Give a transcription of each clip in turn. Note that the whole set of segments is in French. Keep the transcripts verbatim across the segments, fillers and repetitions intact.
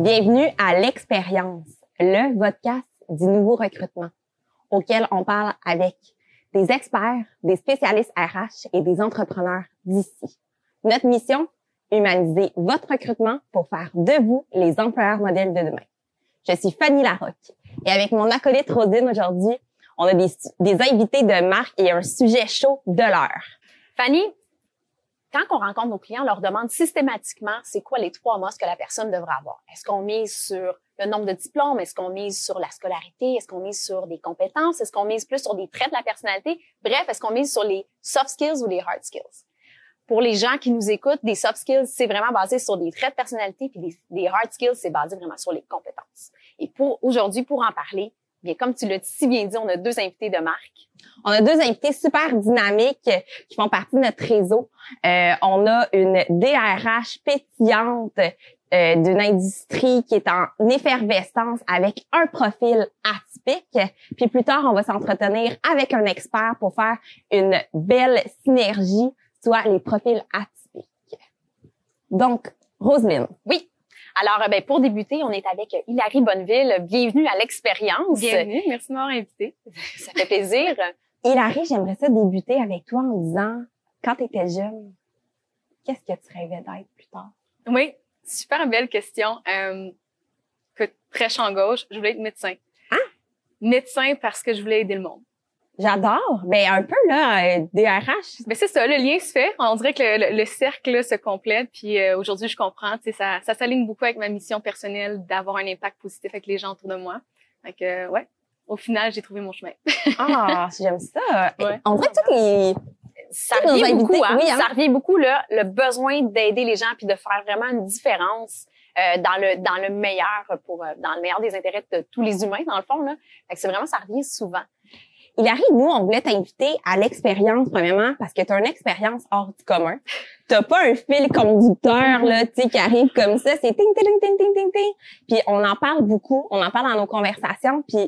Bienvenue à l'Expérience, le podcast du nouveau recrutement, auquel on parle avec des experts, des spécialistes R H et des entrepreneurs d'ici. Notre mission, humaniser votre recrutement pour faire de vous les employeurs modèles de demain. Je suis Fanny Larocque et avec mon acolyte Rosine aujourd'hui, on a des, des invités de marque et un sujet chaud de l'heure. Fanny, quand on rencontre nos clients, on leur demande systématiquement c'est quoi les trois must que la personne devrait avoir. Est-ce qu'on mise sur le nombre de diplômes? Est-ce qu'on mise sur la scolarité? Est-ce qu'on mise sur des compétences? Est-ce qu'on mise plus sur des traits de la personnalité? Bref, est-ce qu'on mise sur les soft skills ou les hard skills? Pour les gens qui nous écoutent, des soft skills, c'est vraiment basé sur des traits de personnalité, puis des, des hard skills, c'est basé vraiment sur les compétences. Et pour aujourd'hui, pour en parler, bien comme tu l'as si bien dit, on a deux invités de marque. On a deux invités super dynamiques qui font partie de notre réseau. Euh, on a une D R H pétillante euh, d'une industrie qui est en effervescence avec un profil atypique. Puis plus tard, on va s'entretenir avec un expert pour faire une belle synergie, soit les profils atypiques. Donc, Roselyne. Oui. Alors, ben, pour débuter, on est avec Hilary Bonneville. Bienvenue à l'Expérience. Bienvenue, merci de m'avoir invitée. Ça fait plaisir. Hilary, j'aimerais ça débuter avec toi en disant, quand tu étais jeune, qu'est-ce que tu rêvais d'être plus tard? Oui, super belle question. Euh, écoute, très champ gauche, je voulais être médecin. Hein? Médecin parce que je voulais aider le monde. J'adore. Ben un peu là, euh, D R H. Ben c'est ça, le lien se fait. On dirait que le, le, le cercle là, se complète. Puis euh, aujourd'hui, je comprends. Tu sais, ça, ça s'aligne beaucoup avec ma mission personnelle d'avoir un impact positif avec les gens autour de moi. Donc euh, ouais, au final, j'ai trouvé mon chemin. Ah, j'aime ça. Ouais. On dirait que tous les Ça revient beaucoup, hein? Oui, hein? Ça revient beaucoup là, le besoin d'aider les gens puis de faire vraiment une différence euh, dans le dans le meilleur pour euh, dans le meilleur des intérêts de tous les humains dans le fond là. Fait que c'est vraiment ça revient souvent. Hilary, nous, on voulait t'inviter à l'expérience, premièrement, parce que tu as une expérience hors du commun. T'as pas un fil conducteur, là, tu sais, qui arrive comme ça. C'est ting, ting, ting, ting, ting, ting. Puis on en parle beaucoup. On en parle dans nos conversations. Puis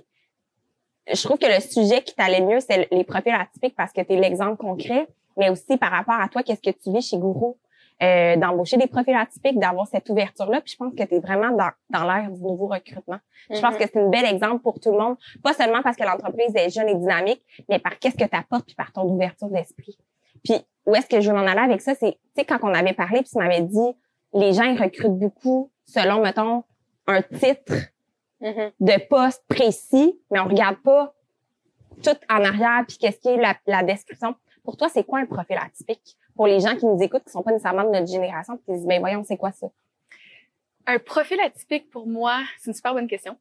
je trouve que le sujet qui t'allait mieux, c'est les profils atypiques parce que tu es l'exemple concret, mais aussi par rapport à toi, qu'est-ce que tu vis chez Gourou, euh, d'embaucher des profils atypiques, d'avoir cette ouverture-là. Puis je pense que tu es vraiment dans, dans l'ère du nouveau recrutement. Je Mm-hmm. pense que c'est un bel exemple pour tout le monde, pas seulement parce que l'entreprise est jeune et dynamique, mais par qu'est-ce que tu apportes puis par ton ouverture d'esprit. Puis où est-ce que je veux m'en aller avec ça, c'est, tu sais, quand on avait parlé puis tu m'avais dit, les gens ils recrutent beaucoup selon, mettons, un titre Mm-hmm. de poste précis, mais on regarde pas tout en arrière puis qu'est-ce qui est la, la description. Pour toi, c'est quoi un profil atypique? Pour les gens qui nous écoutent, qui sont pas nécessairement de notre génération, puis qui disent, ben voyons, c'est quoi ça? Un profil atypique pour moi, c'est une super bonne question.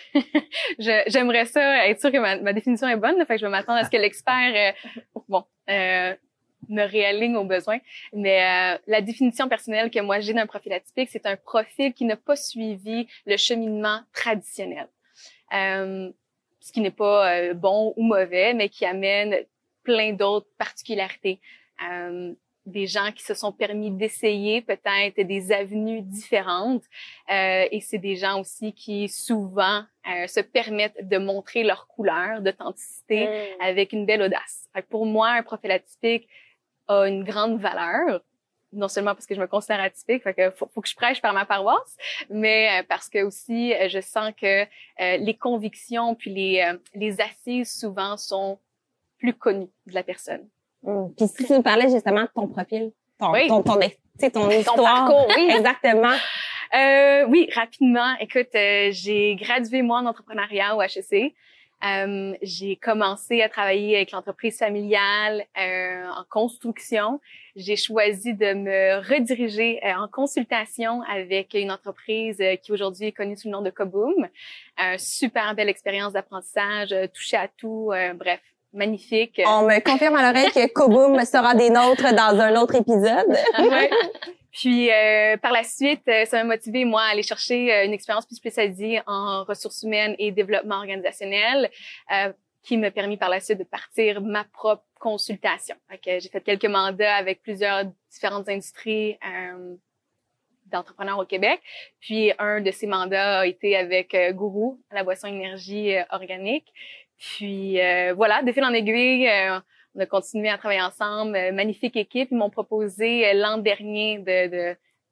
je, j'aimerais ça être sûre que ma, ma définition est bonne, là, fait que je vais m'attendre à ce que l'expert, euh, bon, euh, me réaligne aux besoins. Mais euh, la définition personnelle que moi j'ai d'un profil atypique, c'est un profil qui n'a pas suivi le cheminement traditionnel. Euh, ce qui n'est pas euh, bon ou mauvais, mais qui amène plein d'autres particularités. Euh, des gens qui se sont permis d'essayer peut-être des avenues différentes. Euh, et c'est des gens aussi qui souvent euh, se permettent de montrer leur couleur, d'authenticité Mm. avec une belle audace. Fait que pour moi, un profil atypique a une grande valeur, non seulement parce que je me considère atypique, fait que faut, faut que je prêche par ma paroisse, mais euh, parce que aussi euh, je sens que euh, les convictions puis les euh, les assises souvent sont plus connues de la personne. Hum. Puis si tu nous parlais justement de ton profil, ton, Oui. ton, ton, tu sais, ton histoire. Ton parcours, oui. Exactement. Euh, oui, rapidement. Écoute, euh, j'ai gradué moi en entrepreneuriat au H E C. Euh, j'ai commencé à travailler avec l'entreprise familiale euh, en construction. J'ai choisi de me rediriger euh, en consultation avec une entreprise euh, qui aujourd'hui est connue sous le nom de Koboom. Euh, super belle expérience d'apprentissage, euh, touché à tout, euh, bref, magnifique. On me confirme à l'oreille que Koboom sera des nôtres dans un autre épisode. Ouais. Puis euh, par la suite, euh, ça m'a motivé moi à aller chercher euh, une expérience plus spécialisée en ressources humaines et développement organisationnel, euh, qui m'a permis par la suite de partir ma propre consultation. Fait que j'ai fait quelques mandats avec plusieurs différentes industries euh, d'entrepreneurs au Québec. Puis un de ces mandats a été avec euh, Gourou, la boisson énergie euh, organique. Puis euh, voilà, de fil en aiguille. Euh, On a continué à travailler ensemble, euh, magnifique équipe. Ils m'ont proposé euh, l'an dernier de, de,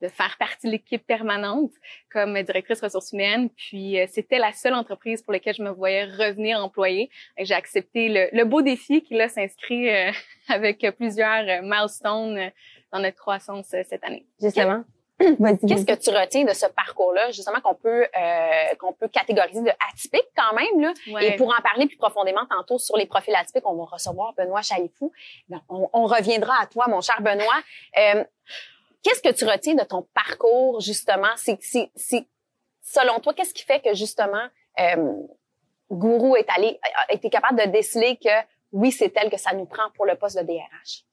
de faire partie de l'équipe permanente comme directrice ressources humaines. Puis, euh, c'était la seule entreprise pour laquelle je me voyais revenir employée. J'ai accepté le, le beau défi qui, là, s'inscrit euh, avec plusieurs euh, milestones euh, dans notre croissance euh, cette année. Justement. Qu'est-ce que tu retiens de ce parcours-là, justement, qu'on peut euh, qu'on peut catégoriser de atypique quand même, là? Ouais. Et pour en parler plus profondément tantôt sur les profils atypiques, on va recevoir Benoît Chalifou. On, on reviendra à toi, mon cher Benoît. Euh, qu'est-ce que tu retiens de ton parcours, justement? C'est, c'est, c'est selon toi, qu'est-ce qui fait que, justement, euh, Gourou est allé, a été capable de déceler que, oui, c'est elle que ça nous prend pour le poste de D R H?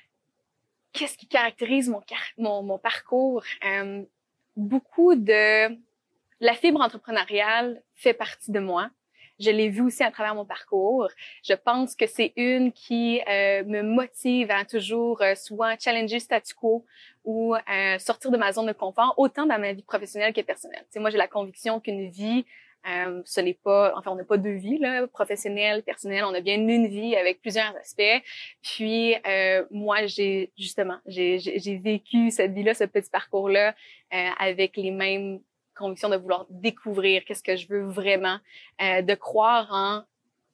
Qu'est-ce qui caractérise mon, mon, mon parcours? Euh, beaucoup de... La fibre entrepreneuriale fait partie de moi. Je l'ai vu aussi à travers mon parcours. Je pense que c'est une qui euh, me motive à toujours euh, soit challenger le statu quo ou euh, sortir de ma zone de confort, autant dans ma vie professionnelle que personnelle. Tu sais, moi, j'ai la conviction qu'une vie, Euh, ce n'est pas, enfin, on n'a pas deux vies, là, professionnelle, personnelle. On a bien une vie avec plusieurs aspects. Puis, euh, moi, j'ai, justement, j'ai, j'ai, j'ai vécu cette vie-là, ce petit parcours-là, euh, avec les mêmes convictions de vouloir découvrir qu'est-ce que je veux vraiment, euh, de croire en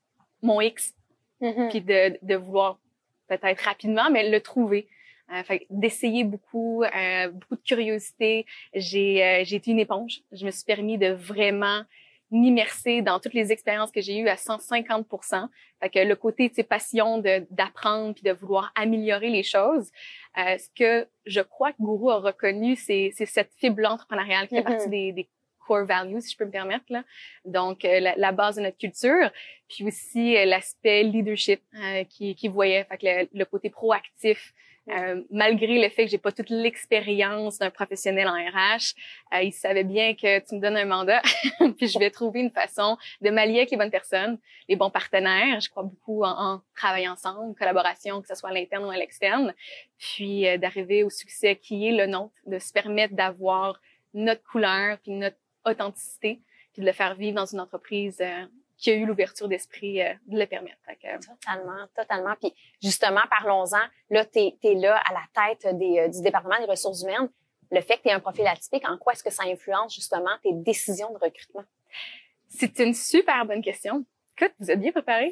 mon X, Mm-hmm. puis de, de vouloir peut-être rapidement, mais le trouver. Euh, fait, d'essayer beaucoup, euh, beaucoup de curiosité. J'ai, euh, j'ai été une éponge. Je me suis permis de vraiment m'immerser dans toutes les expériences que j'ai eues à cent cinquante pour cent. Fait que le côté, tu sais, passion de, d'apprendre puis de vouloir améliorer les choses. Euh, ce que je crois que Gourou a reconnu, c'est, c'est cette fibre entrepreneuriale qui fait Mm-hmm. partie des, des core values, si je peux me permettre, là. Donc, euh, la, la base de notre culture. Puis aussi, euh, l'aspect leadership euh, qui, qui voyait. Fait que le, le côté proactif. Euh, malgré le fait que j'ai pas toute l'expérience d'un professionnel en R H, euh, il savait bien que tu me donnes un mandat, puis je vais trouver une façon de m'allier avec les bonnes personnes, les bons partenaires. Je crois beaucoup en, en travail ensemble, collaboration, que ce soit à l'interne ou à l'externe, puis euh, d'arriver au succès qui est le nôtre, de se permettre d'avoir notre couleur puis notre authenticité, puis de le faire vivre dans une entreprise euh, qui a eu l'ouverture d'esprit euh, de le permettre. Fait que, Totalement, totalement. Puis justement, parlons-en. Là, t'es, t'es là à la tête des, euh, du département des ressources humaines. Le fait que t'aies un profil atypique, en quoi est-ce que ça influence justement tes décisions de recrutement? C'est une super bonne question. Écoute, vous êtes bien préparés.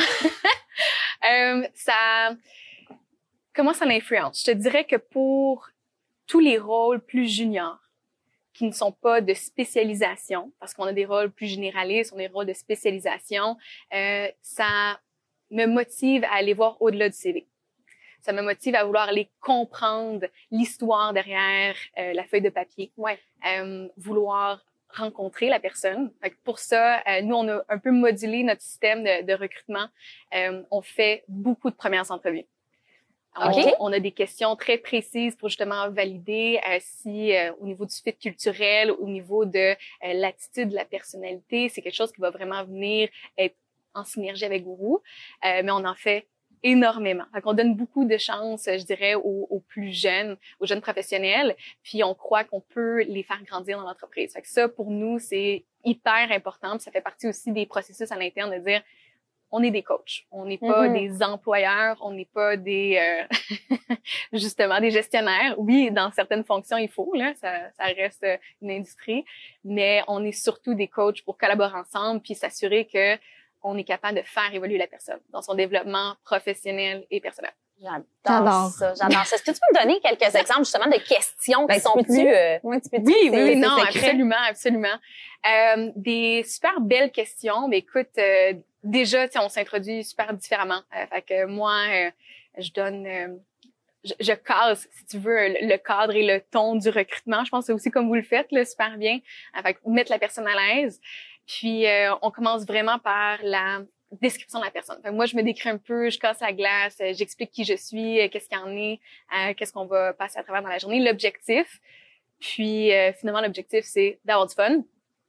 euh, ça, comment ça l'influence? Je te dirais que pour tous les rôles plus juniors, qui ne sont pas de spécialisation, parce qu'on a des rôles plus généralistes, on a des rôles de spécialisation, euh, ça me motive à aller voir au-delà du C V. Ça me motive à vouloir aller comprendre l'histoire derrière euh, la feuille de papier. Ouais. Euh, vouloir rencontrer la personne. Fait que pour ça, euh, nous, on a un peu modulé notre système de, de recrutement. Euh, on fait beaucoup de premières entrevues. Okay. On, on a des questions très précises pour justement valider euh, si euh, au niveau du fit culturel, au niveau de euh, l'attitude, de la personnalité, c'est quelque chose qui va vraiment venir être en synergie avec Gourou. Euh, mais on en fait énormément. Fait qu'on donne beaucoup de chance, je dirais, aux, aux plus jeunes, aux jeunes professionnels, puis on croit qu'on peut les faire grandir dans l'entreprise. Fait que ça, pour nous, c'est hyper important. Puis ça fait partie aussi des processus à l'interne de dire on est des coachs. On n'est pas Mm-hmm. des employeurs, on n'est pas des, euh, justement, des gestionnaires. Oui, dans certaines fonctions, il faut, là, ça, ça reste une industrie, mais on est surtout des coachs pour collaborer ensemble puis s'assurer que on est capable de faire évoluer la personne dans son développement professionnel et personnel. J'adore, J'adore. ça, j'adore ça. Est-ce que tu peux me donner quelques exemples, justement, de questions Ben, qui tu sont peux-tu- plus... euh, Ouais, tu peux Oui, oui, oui, non, c'est secret. absolument, absolument. Euh, des super belles questions. Mais écoute, euh, déjà, tu sais, on s'introduit super différemment. Euh, fait que moi, euh, je donne, euh, je, je casse, si tu veux, le, le cadre et le ton du recrutement. Je pense que c'est aussi comme vous le faites, là, super bien. Euh, fait que mettre la personne à l'aise. Puis, euh, on commence vraiment par la description de la personne. Fait que moi, je me décris un peu, je casse la glace, euh, j'explique qui je suis, euh, qu'est-ce qu'il y en est, euh, qu'est-ce qu'on va passer à travers dans la journée, l'objectif. Puis, euh, finalement, l'objectif, c'est d'avoir du fun.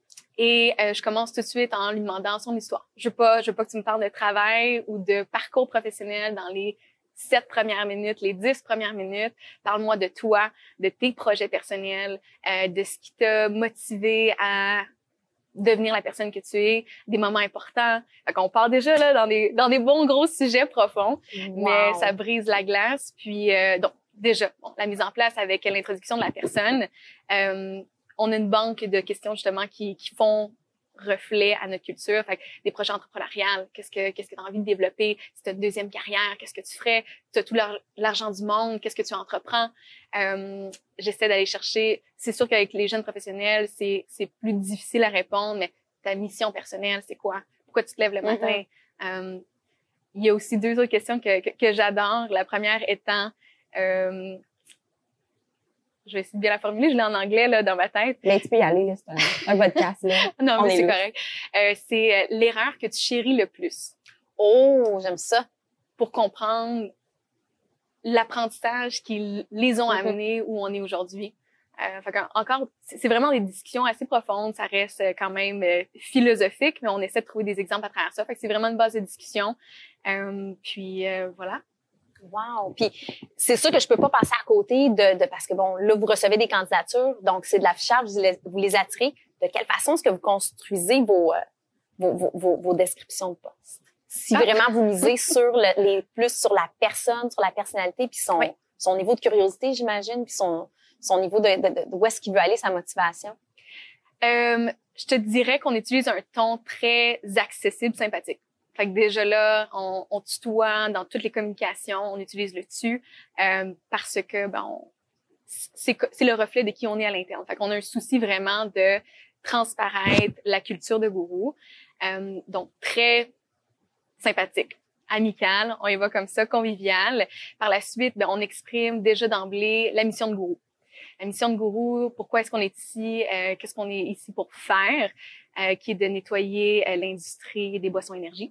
Et euh, je commence tout de suite en lui demandant son histoire. Je veux pas, je veux pas que tu me parles de travail ou de parcours professionnel dans les sept premières minutes, les dix premières minutes. Parle-moi de toi, de tes projets personnels, euh, de ce qui t'a motivé à devenir la personne que tu es, des moments importants. Fait qu'on part déjà là dans des dans des bons gros sujets profonds, wow. mais ça brise la glace. Puis euh, donc déjà, bon, la mise en place avec l'introduction de la personne, euh, on a une banque de questions justement qui, qui font reflet à notre culture. Fait que des projets entrepreneuriales, qu'est-ce que qu'est-ce que tu as envie de développer? Si tu as une deuxième carrière, qu'est-ce que tu ferais? Tu as tout l'argent du monde, qu'est-ce que tu entreprends? Euh, j'essaie d'aller chercher. C'est sûr qu'avec les jeunes professionnels, c'est c'est plus difficile à répondre, mais ta mission personnelle, c'est quoi? Pourquoi tu te lèves le matin? Mm-hmm. euh, il y a aussi deux autres questions que, que, que j'adore. La première étant euh, je vais essayer de bien la formuler, je l'ai en anglais là dans ma tête. Mais tu peux y aller, là, c'est un, un podcast, là. Non, On mais est c'est là. correct. Euh, c'est euh, l'erreur que tu chéris le plus. Oh, j'aime ça. Pour comprendre l'apprentissage qui les ont Mm-hmm. amenés où on est aujourd'hui. Euh, fait encore, c'est vraiment des discussions assez profondes. Ça reste quand même euh, philosophique, mais on essaie de trouver des exemples à travers ça. Fait que c'est vraiment une base de discussion. Euh, puis euh, voilà. Wow. Puis c'est sûr que je peux pas passer à côté de, de parce que bon, là vous recevez des candidatures, donc c'est de l'affichage, vous les, vous les attirez. De quelle façon est-ce que vous construisez vos, euh, vos, vos, vos, vos descriptions de poste? Si Ah. vraiment vous misez sur le, les plus sur la personne, sur la personnalité, puis son Oui. son niveau de curiosité, j'imagine, puis son son niveau de, de, de, de où est-ce qu'il veut aller, sa motivation. Euh, je te dirais qu'on utilise un ton très accessible, sympathique. Fait que déjà là, on, on tutoie dans toutes les communications, on utilise le tu euh, parce que ben on, c'est c'est le reflet de qui on est à l'interne. Fait qu'on a un souci vraiment de transparaître la culture de Gourou. Euh, donc très sympathique, amical, on y va comme ça, convivial. Par la suite, ben on exprime déjà d'emblée la mission de Gourou. La mission de Gourou, pourquoi est-ce qu'on est ici, euh, qu'est-ce qu'on est ici pour faire, euh, qui est de nettoyer euh, l'industrie des boissons énergie.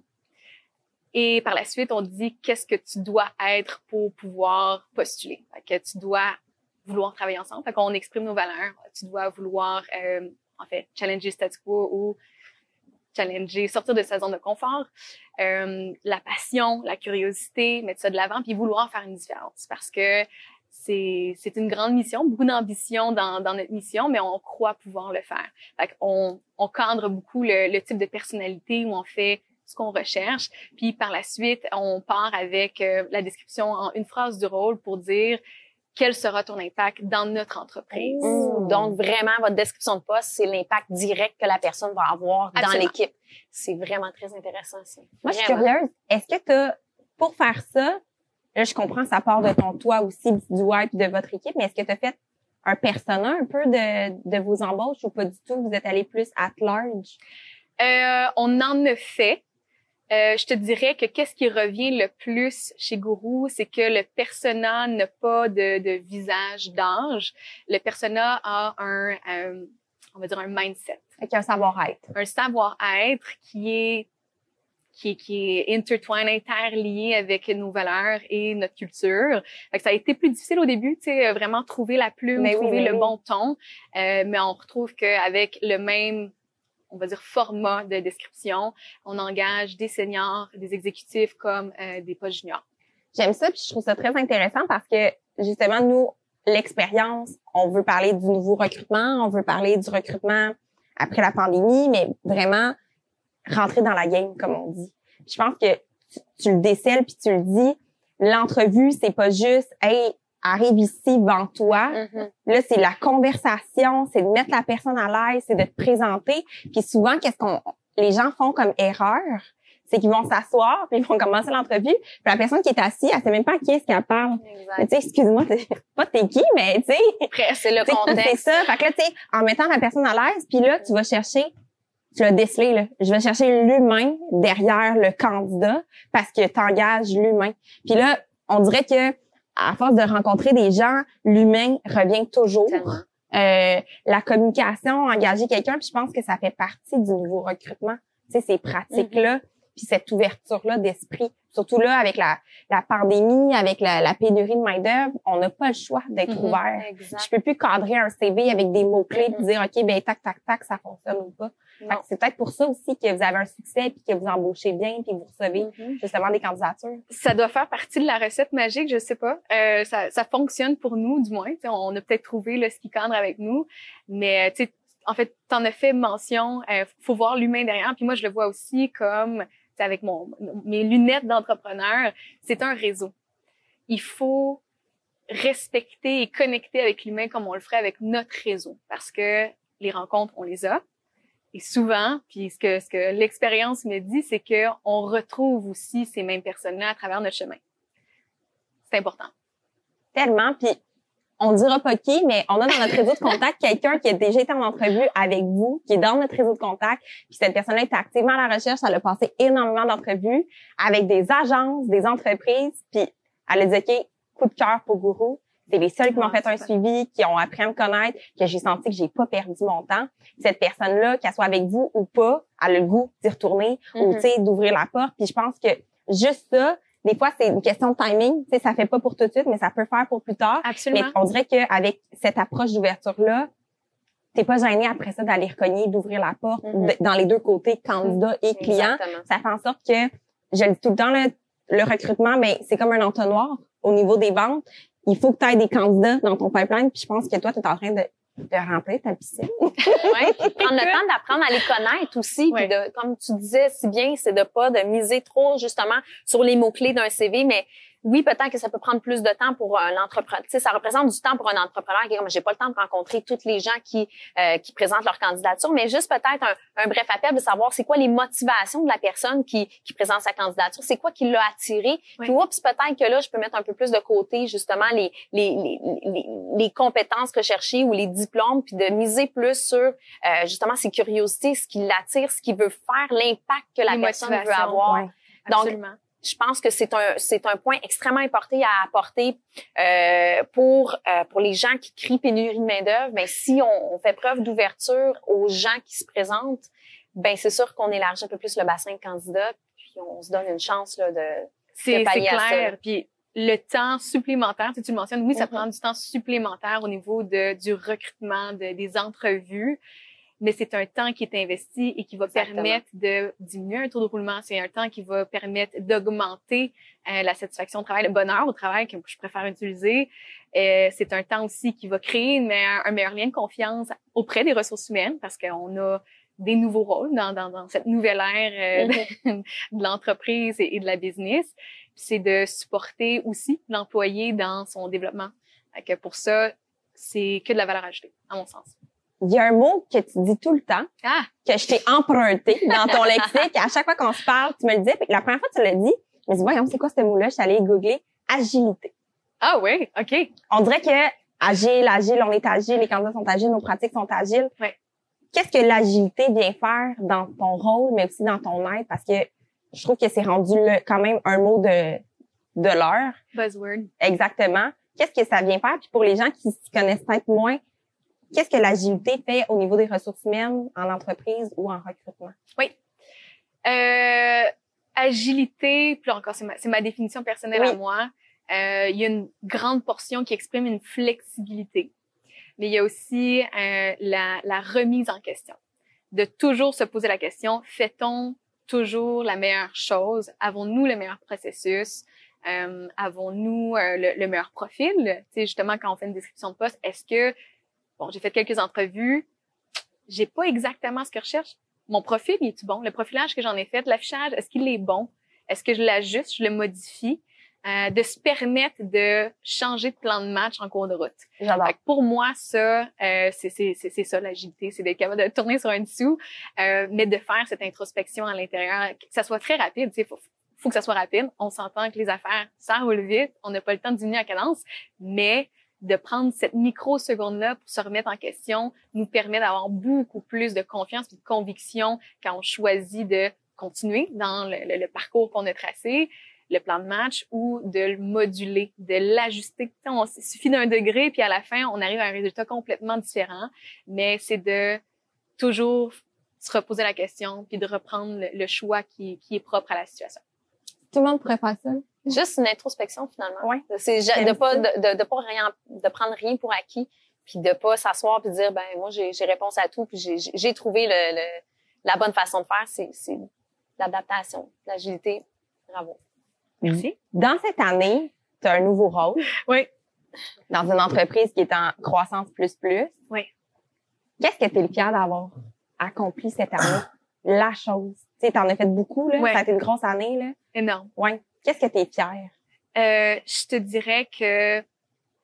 Et par la suite, on dit qu'est-ce que tu dois être pour pouvoir postuler. Fait que tu dois vouloir travailler ensemble. Fait qu'on exprime nos valeurs. Tu dois vouloir, euh, en fait, challenger le statu quo ou challenger, sortir de sa zone de confort. Euh, la passion, la curiosité, mettre ça de l'avant, puis vouloir faire une différence. Parce que c'est c'est une grande mission, beaucoup d'ambition dans, dans notre mission, mais on croit pouvoir le faire. Fait qu'on on cadre beaucoup le, le type de personnalité où on fait ce qu'on recherche. Puis par la suite, on part avec euh, la description en une phrase du rôle pour dire quel sera ton impact dans notre entreprise. Mmh. Donc vraiment, votre description de poste, c'est l'impact direct que la personne va avoir dans Absolument. l'équipe. C'est vraiment très intéressant, ça. Moi, je suis Vraiment. curieuse. Est-ce que t'as, pour faire ça, là, je comprends, ça part de ton toi aussi, du web et de votre équipe, mais est-ce que tu as fait un persona un peu de, de vos embauches ou pas du tout? Vous êtes allé plus at large? Euh, on en a fait. Euh, je te dirais que qu'est-ce qui revient le plus chez Gourou, c'est que le persona n'a pas de, de visage d'âge. Le persona a un, euh, on va dire un mindset. Avec un savoir-être. Un savoir-être qui est qui est, qui est intertwined, interlié avec nos valeurs et notre culture. Fait que ça a été plus difficile au début, tu sais, vraiment trouver la plume, Mais oui, trouver mais le oui. bon ton. Euh, mais on retrouve qu'avec le même, on va dire, format de description, on engage des seniors, des exécutifs comme euh, des postes juniors. J'aime ça, puis je trouve ça très intéressant parce que, justement, nous, l'expérience, on veut parler du nouveau recrutement, on veut parler du recrutement après la pandémie, mais vraiment rentrer dans la game, comme on dit. Je pense que tu, tu le décèles puis tu le dis, l'entrevue, c'est pas juste « Hey, arrive ici, vends-toi ». Mm-hmm. Là, c'est la conversation, c'est de mettre la personne à l'aise, c'est de te présenter. Puis souvent, qu'est-ce qu'on les gens font comme erreur, c'est qu'ils vont s'asseoir puis ils vont commencer l'entrevue. Puis la personne qui est assise, elle sait même pas à qui est-ce qu'elle parle. Mais Exact. tu sais, excuse-moi, t'es, pas t'es qui, mais tu sais, Après, c'est le tu sais, c'est contexte. ça. Fait que là, tu sais, en mettant la personne à l'aise, puis là, tu vas chercher, tu vas déceler, là. Je vais chercher l'humain derrière le candidat parce que t'engages l'humain. Puis là, on dirait que à force de rencontrer des gens, l'humain revient toujours. Tellement. Euh, la communication, engager quelqu'un, puis je pense que ça fait partie du nouveau recrutement. Tu sais, ces pratiques-là, puis cette ouverture-là d'esprit. Surtout là, avec la, la pandémie, avec la, la pénurie de main-d'œuvre, on n'a pas le choix d'être Mhm. ouvert. Exact. Je peux plus cadrer un C V avec des mots-clés Mhm. puis dire, OK, ben tac, tac, tac, ça fonctionne ou pas. Fait Non. que c'est peut-être pour ça aussi que vous avez un succès puis que vous embauchez bien puis vous recevez Mhm. justement des candidatures. Ça doit faire partie de la recette magique, je sais pas. Euh, ça, ça fonctionne pour nous, du moins. T'sais, on a peut-être trouvé là, ce qui cadre avec nous, mais tu sais, en fait, t'en as fait mention. Euh, faut voir l'humain derrière. Puis moi, je le vois aussi comme, t'sais, avec mon mes lunettes d'entrepreneur, c'est un réseau. Il faut respecter et connecter avec l'humain comme on le ferait avec notre réseau. Parce que les rencontres, on les a. Et souvent, puis ce que, ce que l'expérience me dit, c'est que on retrouve aussi ces mêmes personnes-là à travers notre chemin. C'est important. Tellement. Puis, on dira pas qui, mais on a dans notre réseau de contact quelqu'un qui a déjà été en entrevue avec vous, qui est dans notre réseau de contact. Puis cette personne-là est activement à la recherche. Elle a passé énormément d'entrevues avec des agences, des entreprises. Puis elle a dit, OK, coup de cœur pour Gourou. C'est les seuls qui m'ont Ah, fait un super. suivi, qui ont appris à me connaître, que j'ai senti que j'ai pas perdu mon temps. Cette personne-là, qu'elle soit avec vous ou pas, elle a le goût d'y retourner ou, Mhm. tu sais, d'ouvrir la porte. Puis je pense que juste ça, des fois, c'est une question de timing. Tu sais, ça fait pas pour tout de suite, mais ça peut faire pour plus tard. Absolument. Mais on dirait qu'avec cette approche d'ouverture-là, t'es pas gêné après ça d'aller recogner, d'ouvrir la porte Mhm. de- dans les deux côtés, candidat et client. Exactement. Ça fait en sorte que, je le dis tout le temps, le, le recrutement, ben c'est comme un entonnoir au niveau des ventes. Il faut que tu aies des candidats dans ton pipeline, puis je pense que toi, tu es en train de, de remplir ta piscine. Ouais, puis prendre le temps d'apprendre à les connaître aussi, Ouais. puis de, comme tu disais si bien, c'est de pas de miser trop justement sur les mots-clés d'un C V, mais oui, peut-être que ça peut prendre plus de temps pour un entrepreneur. Tu sais, ça représente du temps pour un entrepreneur qui est comme, j'ai pas le temps de rencontrer toutes les gens qui euh, qui présentent leur candidature, mais juste peut-être un, un bref appel de savoir c'est quoi les motivations de la personne qui qui présente sa candidature, c'est quoi qui l'a attiré. Oui. Puis oups, peut-être que là, je peux mettre un peu plus de côté justement les les les les, les compétences recherchées ou les diplômes, puis de miser plus sur euh, justement ses curiosités, ce qui l'attire, ce qu'il veut faire, l'impact que la Les personne veut motivations. avoir. Ouais. Donc, Absolument. je pense que c'est un c'est un point extrêmement important à apporter euh, pour euh, pour les gens qui crient pénurie de main d'œuvre. Ben si on, on fait preuve d'ouverture aux gens qui se présentent, ben c'est sûr qu'on élargit un peu plus le bassin de candidats, puis on se donne une chance là de C'est de c'est pallier à ça, là. clair. Puis le temps supplémentaire, tu, sais, tu le mentionnes, oui, ça Mhm. prend du temps supplémentaire au niveau de du recrutement, de, des entrevues, mais c'est un temps qui est investi et qui va Exactement. permettre de diminuer un taux de roulement. C'est un temps qui va permettre d'augmenter euh, la satisfaction au travail, le bonheur au travail que je préfère utiliser. Euh, c'est un temps aussi qui va créer une meilleure- un meilleur lien de confiance auprès des ressources humaines parce qu'on a des nouveaux rôles dans, dans, dans cette nouvelle ère euh, de, de l'entreprise et, et de la business. Puis c'est de supporter aussi l'employé dans son développement. Fait que pour ça, c'est que de la valeur ajoutée, à mon sens. Il y a un mot que tu dis tout le temps, Ah! que je t'ai emprunté dans ton lexique. À chaque fois qu'on se parle, tu me le dis. Puis la première fois que tu l'as dit, je me dis, voyons, c'est quoi ce mot-là? Je suis allée googler agilité. Ah oui, OK. On dirait que agile, agile, on est agile, les candidats sont agiles, nos pratiques sont agiles. Ouais. Qu'est-ce que l'agilité vient faire dans ton rôle, mais aussi dans ton aide? Parce que je trouve que c'est rendu le- quand même un mot de, de l'heure. Buzzword. Exactement. Qu'est-ce que ça vient faire? Puis pour les gens qui s'y connaissent peut-être moins, qu'est-ce que l'agilité fait au niveau des ressources humaines en entreprise ou en recrutement? Oui. Euh, agilité, puis là encore, c'est ma, c'est ma définition personnelle Oui. à moi. Euh, il y a une grande portion qui exprime une flexibilité. Mais il y a aussi euh, la, la remise en question. De toujours se poser la question, fait-on toujours la meilleure chose? Avons-nous le meilleur processus? Euh, avons-nous euh, le, le meilleur profil? Tu sais, justement, quand on fait une description de poste, est-ce que, bon, j'ai fait quelques entrevues, j'ai pas exactement ce que je recherche. Mon profil, il est-tu bon? Le profilage que j'en ai fait, l'affichage, est-ce qu'il est bon? Est-ce que je l'ajuste, je le modifie? Euh, de se permettre de changer de plan de match en cours de route. J'adore. Fait que pour moi, ça, euh, c'est, c'est, c'est, c'est ça l'agilité, c'est d'être capable de tourner sur un dessous, euh, mais de faire cette introspection à l'intérieur, que ça soit très rapide. Tu sais, faut, faut que ça soit rapide. On s'entend que les affaires, ça roule vite, on n'a pas le temps de diminuer la cadence, mais de prendre cette microseconde-là pour se remettre en question nous permet d'avoir beaucoup plus de confiance et de conviction quand on choisit de continuer dans le, le, le parcours qu'on a tracé, le plan de match, ou de le moduler, de l'ajuster. Tu sais, on, il suffit d'un degré, puis à la fin, on arrive à un résultat complètement différent. Mais c'est de toujours se reposer la question, puis de reprendre le, le choix qui, qui est propre à la situation. Tout le monde pourrait faire ça. Juste une introspection finalement. Ouais. C'est ja- de pas de, de, de pas rien de prendre rien pour acquis, puis de pas s'asseoir puis dire ben moi j'ai j'ai réponse à tout puis j'ai j'ai trouvé le, le la bonne façon de faire, c'est c'est l'adaptation, l'agilité. Bravo. Merci. Dans cette année, tu as un nouveau rôle Oui. dans une entreprise qui est en croissance plus plus. Oui. Qu'est-ce que tu es le fier d'avoir accompli cette année? La chose. Tu sais, t'en as fait beaucoup, là. Ouais. Ça a été une grosse année, là. Énorme. Ouais. Qu'est-ce que tu es fier? Euh, je te dirais que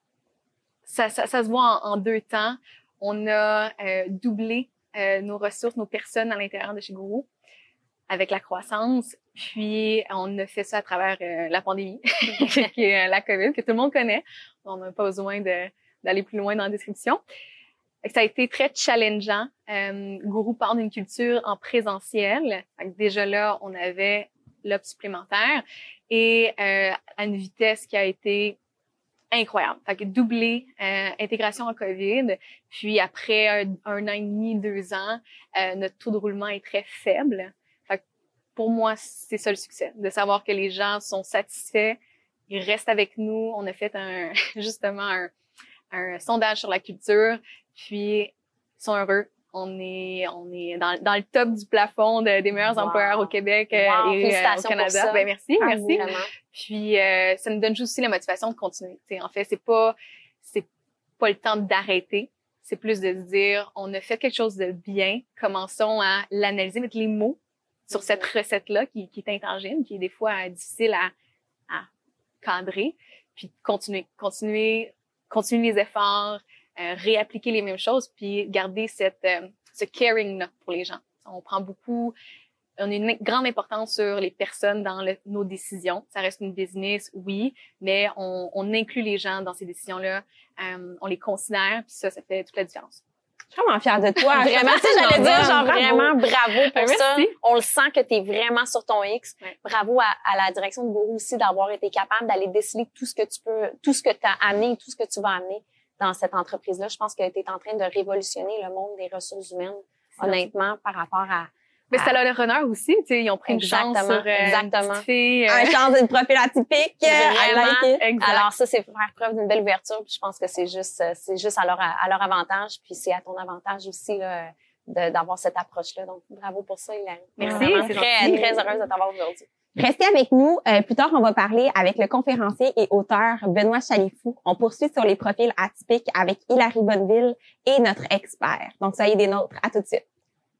ça, ça, ça se voit en, en deux temps. On a euh, doublé euh, nos ressources, nos personnes à l'intérieur de chez Gourou avec la croissance. Puis, on a fait ça à travers euh, la pandémie, qui est euh, la COVID, que tout le monde connaît. On n'a pas besoin de, d'aller plus loin dans la description. Ça a été très challengeant. Euh, Gourou part d'une culture en présentiel. Déjà là, on avait l'offre supplémentaire et euh, à une vitesse qui a été incroyable. Fait que doublé, euh, intégration en COVID, puis après un, un an et demi, deux ans, euh, notre taux de roulement est très faible. Fait que pour moi, c'est ça le succès, de savoir que les gens sont satisfaits, ils restent avec nous. On a fait un justement un, un sondage sur la culture, puis ils sont heureux. On est, on est dans, dans le top du plafond de, des meilleurs wow. employeurs au Québec wow. et euh, au Canada. Ben merci, ah, merci. Vraiment. Puis euh, ça nous donne juste aussi la motivation de continuer. T'sais, en fait, c'est pas, c'est pas le temps d'arrêter. C'est plus de se dire, on a fait quelque chose de bien. Commençons à l'analyser, mettre les mots sur cette recette-là qui, qui est intangible, qui est des fois difficile à, à cadrer. Puis continuer, continuer, continuer les efforts. Euh, réappliquer les mêmes choses, puis garder cette euh, ce caring-là pour les gens. On prend beaucoup, on a une grande importance sur les personnes dans le, nos décisions. Ça reste une business, oui, mais on, on inclut les gens dans ces décisions-là, euh, on les considère, puis ça, ça fait toute la différence. Je suis vraiment fière de toi. Vraiment, tu sais, j'allais dire, genre, bravo. Vraiment, bravo pour ben, ça. On le sent que tu es vraiment sur ton X. Ouais. Bravo à, à la direction de Gourou aussi d'avoir été capable d'aller déceler tout ce que tu peux, tout ce que tu as amené, tout ce que tu vas amener dans cette entreprise-là. Je pense que tu es en train de révolutionner le monde des ressources humaines, honnêtement, par rapport à... Mais à... c'est à leur honneur aussi, tu sais, ils ont pris exactement, une chance sur euh, exactement. une petite fille. Euh... Un chance d'une profil atypique. Vraiment. Exact. Alors ça, c'est faire preuve d'une belle ouverture. Puis je pense que c'est juste, c'est juste à leur, à leur avantage. Puis c'est à ton avantage aussi là, de, d'avoir cette approche-là. Donc bravo pour ça, Hilary. Merci. Vraiment C'est très, gentil. très heureuse de t'avoir aujourd'hui. Restez avec nous. Euh, plus tard, on va parler avec le conférencier et auteur Benoît Chalifou. On poursuit sur les profils atypiques avec Hilary Bonneville et notre expert. Donc, soyez des nôtres. À tout de suite.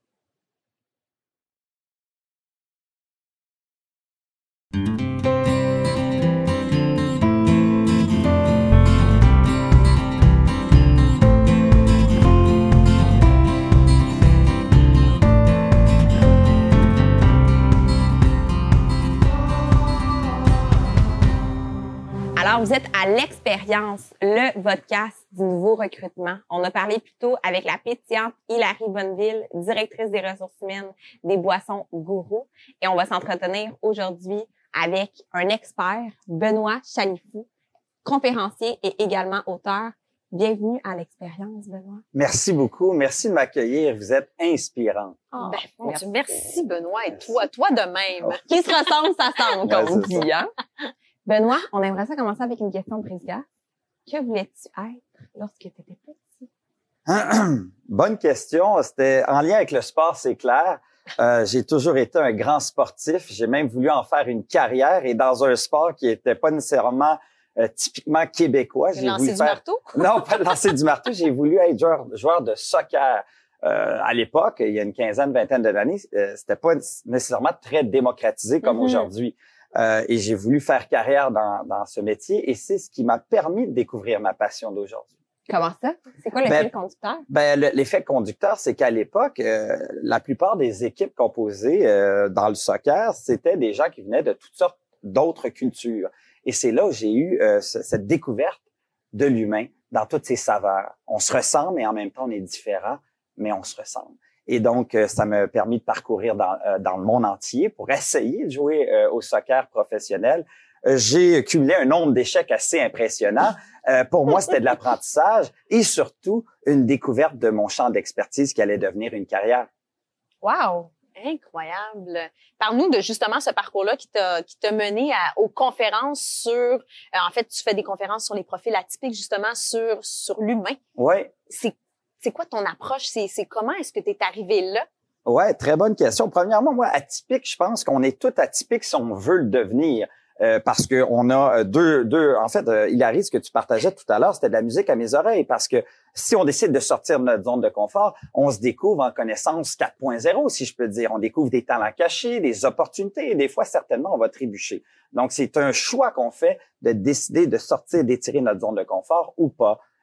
Alors, vous êtes à l'expérience, le podcast du nouveau recrutement. On a parlé plus tôt avec la pétillante Hilary Bonneville, directrice des ressources humaines des boissons Gourou. Et on va s'entretenir aujourd'hui avec un expert, Benoît Chalifou, conférencier et également auteur. Bienvenue à l'expérience, Benoît. Merci beaucoup. Merci de m'accueillir. Vous êtes inspirant. Oh, ben, merci. merci, Benoît. Et toi, toi de même. Oh. Qui se ressemble, s'assemble, ouais, comme on dit, hein? Benoît, on aimerait ça commencer avec une question de président. Que voulais-tu être lorsque tu étais petit? Bonne question. C'était en lien avec le sport, c'est clair. Euh, j'ai toujours été un grand sportif. J'ai même voulu en faire une carrière et dans un sport qui était pas nécessairement euh, typiquement québécois. J'ai voulu du faire... marteau? Non, pas de lancer du marteau. J'ai voulu être joueur, joueur de soccer. Euh, à l'époque, il y a une quinzaine, vingtaine d'années, euh, c'était pas nécessairement très démocratisé comme mm-hmm. aujourd'hui. Euh, et j'ai voulu faire carrière dans, dans ce métier et c'est ce qui m'a permis de découvrir ma passion d'aujourd'hui. Comment ça? C'est quoi l'effet ben, conducteur? Ben, le, l'effet conducteur, c'est qu'à l'époque, euh, la plupart des équipes composées euh, dans le soccer, c'était des gens qui venaient de toutes sortes d'autres cultures. Et c'est là où j'ai eu euh, ce, cette découverte de l'humain dans toutes ses saveurs. On se ressemble et en même temps, on est différent, mais on se ressemble. Et donc, ça m'a permis de parcourir dans, dans le monde entier pour essayer de jouer euh, au soccer professionnel. Euh, j'ai cumulé un nombre d'échecs assez impressionnant. Euh, pour moi, c'était de l'apprentissage et surtout une découverte de mon champ d'expertise qui allait devenir une carrière. Wow! Incroyable. Parle-nous de justement ce parcours-là qui t'a qui t'a mené à, aux conférences sur... Euh, en fait, tu fais des conférences sur les profils atypiques, justement, sur sur l'humain. Oui. C'est C'est quoi ton approche? C'est, c'est comment est-ce que tu es arrivé là? Ouais, très bonne question. Premièrement, moi, atypique, je pense qu'on est tous atypiques si on veut le devenir. Euh, parce que on a deux, deux. En fait, euh, Hilary, ce que tu partageais tout à l'heure, c'était de la musique à mes oreilles. Parce que si on décide de sortir de notre zone de confort, on se découvre en connaissance quatre point zéro, si je peux dire. On découvre des talents cachés, des opportunités, et des fois, certainement, on va trébucher. Donc, c'est un choix qu'on fait de décider de sortir, d'étirer notre zone de confort ou pas.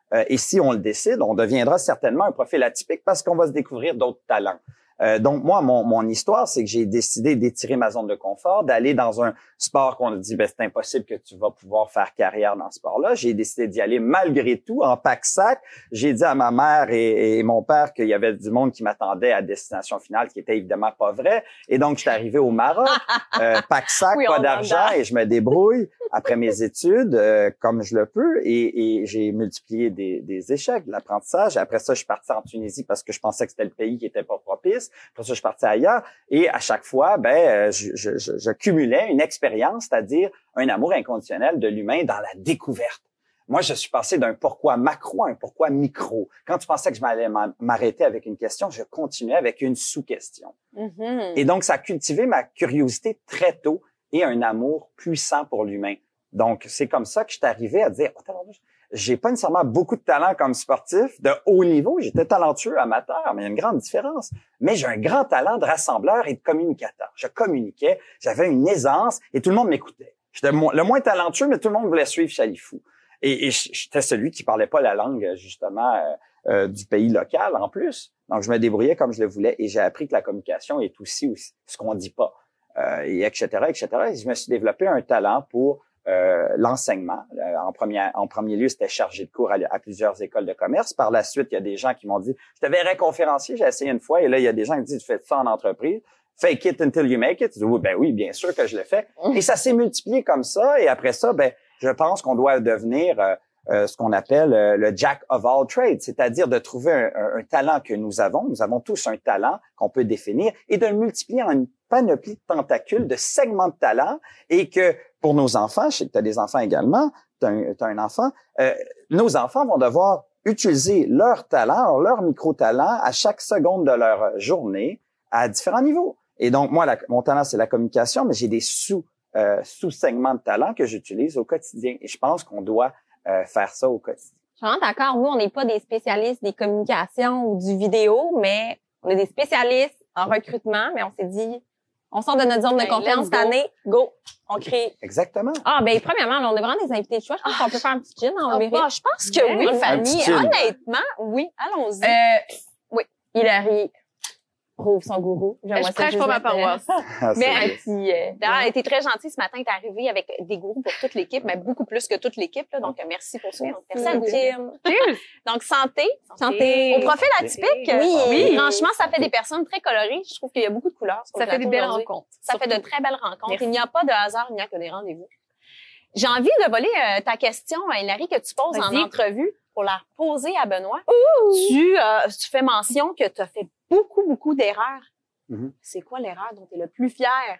Euh, et si on le décide, on deviendra certainement un profil atypique parce qu'on va se découvrir d'autres talents. Euh, donc, moi, mon, mon histoire, c'est que j'ai décidé d'étirer ma zone de confort, d'aller dans un sport qu'on a dit, ben, c'est impossible que tu vas pouvoir faire carrière dans ce sport-là. J'ai décidé d'y aller malgré tout, en pack-sac. J'ai dit à ma mère et, et mon père qu'il y avait du monde qui m'attendait à destination finale, qui était évidemment pas vrai. Et donc, je suis arrivé au Maroc, euh, pack-sac, Oui, pas on d'argent, et je me débrouille après mes études euh, comme je le peux. Et, et j'ai multiplié des, des échecs, de l'apprentissage. Après ça, je suis parti en Tunisie parce que je pensais que c'était le pays qui était pas propice. Après ça, je suis parti ailleurs. Et à chaque fois, ben, je, je, je, je cumulais une expérience, c'est-à-dire un amour inconditionnel de l'humain dans la découverte. Moi, je suis passé d'un pourquoi macro à un pourquoi micro. Quand tu pensais que je m'allais m'arrêter avec une question, je continuais avec une sous-question. Mm-hmm. Et donc, ça a cultivé ma curiosité très tôt et un amour puissant pour l'humain. Donc, c'est comme ça que je suis arrivé à dire, oh, j'ai pas nécessairement beaucoup de talent comme sportif de haut niveau. J'étais talentueux amateur, mais il y a une grande différence. Mais j'ai un grand talent de rassembleur et de communicateur. Je communiquais, j'avais une aisance et tout le monde m'écoutait. J'étais le moins talentueux, mais tout le monde voulait suivre Chalifou. Et, et j'étais celui qui parlait pas la langue, justement, euh, euh, du pays local en plus. Donc, je me débrouillais comme je le voulais et j'ai appris que la communication est aussi, aussi ce qu'on dit pas, euh, et et cetera, et cetera. Et je me suis développé un talent pour Euh, l'enseignement. Euh, en premier, en premier lieu, c'était chargé de cours à, à plusieurs écoles de commerce. Par la suite, il y a des gens qui m'ont dit, je te verrais conférencier, j'ai essayé une fois, et là, il y a des gens qui disent, tu fais ça en entreprise, fake it until you make it. Je dis, oui, ben oui, bien sûr que je le fais. Et ça s'est multiplié comme ça, et après ça, ben, je pense qu'on doit devenir euh, euh, ce qu'on appelle euh, le jack of all trades, c'est-à-dire de trouver un, un, un talent que nous avons. Nous avons tous un talent qu'on peut définir, et de le multiplier en une panoplie de tentacules, de segments de talent, et que pour nos enfants, je sais que tu as des enfants également, tu as un, t'as un enfant, euh, nos enfants vont devoir utiliser leur talent, leur micro-talent à chaque seconde de leur journée à différents niveaux. Et donc, moi, la, mon talent, c'est la communication, mais j'ai des sous, euh, sous-segments de talent que j'utilise au quotidien. Et je pense qu'on doit euh, faire ça au quotidien. Je suis vraiment d'accord. Nous, on n'est pas des spécialistes des communications ou du vidéo, mais on est des spécialistes en recrutement, mais on s'est dit, on sort de notre zone de Ben, confort let's cette année, go, on crée. Exactement. Ah, ben premièrement, là, on a vraiment des invités de choix. Je pense qu'on peut faire un petit gin en Ah, mérite. bah, je pense que Ouais, oui, un Fanny. petit gin. Honnêtement, oui, allons-y. Euh, Oui. Hilary prouve son gourou. J'aimerais Je ça prêche juste pour ma mettre, paroisse. Ah, c'est Mais Un vrai. petit, euh, D'ailleurs, elle a été très gentille ce matin. Elle est arrivée avec des gourous pour toute l'équipe, mais beaucoup plus que toute l'équipe. Là, donc, euh, merci pour ça. Donc, merci à vous. Jim. Cheers! Donc, santé. Santé. Au profil atypique, Oui. oui. Franchement, ça fait des personnes très colorées. Je trouve qu'il y a beaucoup de couleurs. sur Ça le fait des plateau belles aujourd'hui. rencontres. Ça fait de très belles rencontres. Merci. Il n'y a pas de hasard, il n'y a que des rendez-vous. J'ai envie de voler euh, ta question, Hilary, que tu poses en Vas-y. entrevue pour la poser à Benoît. Tu, euh, tu fais mention que tu as fait beaucoup, beaucoup d'erreurs. Mhm. C'est quoi l'erreur dont tu es le plus fier?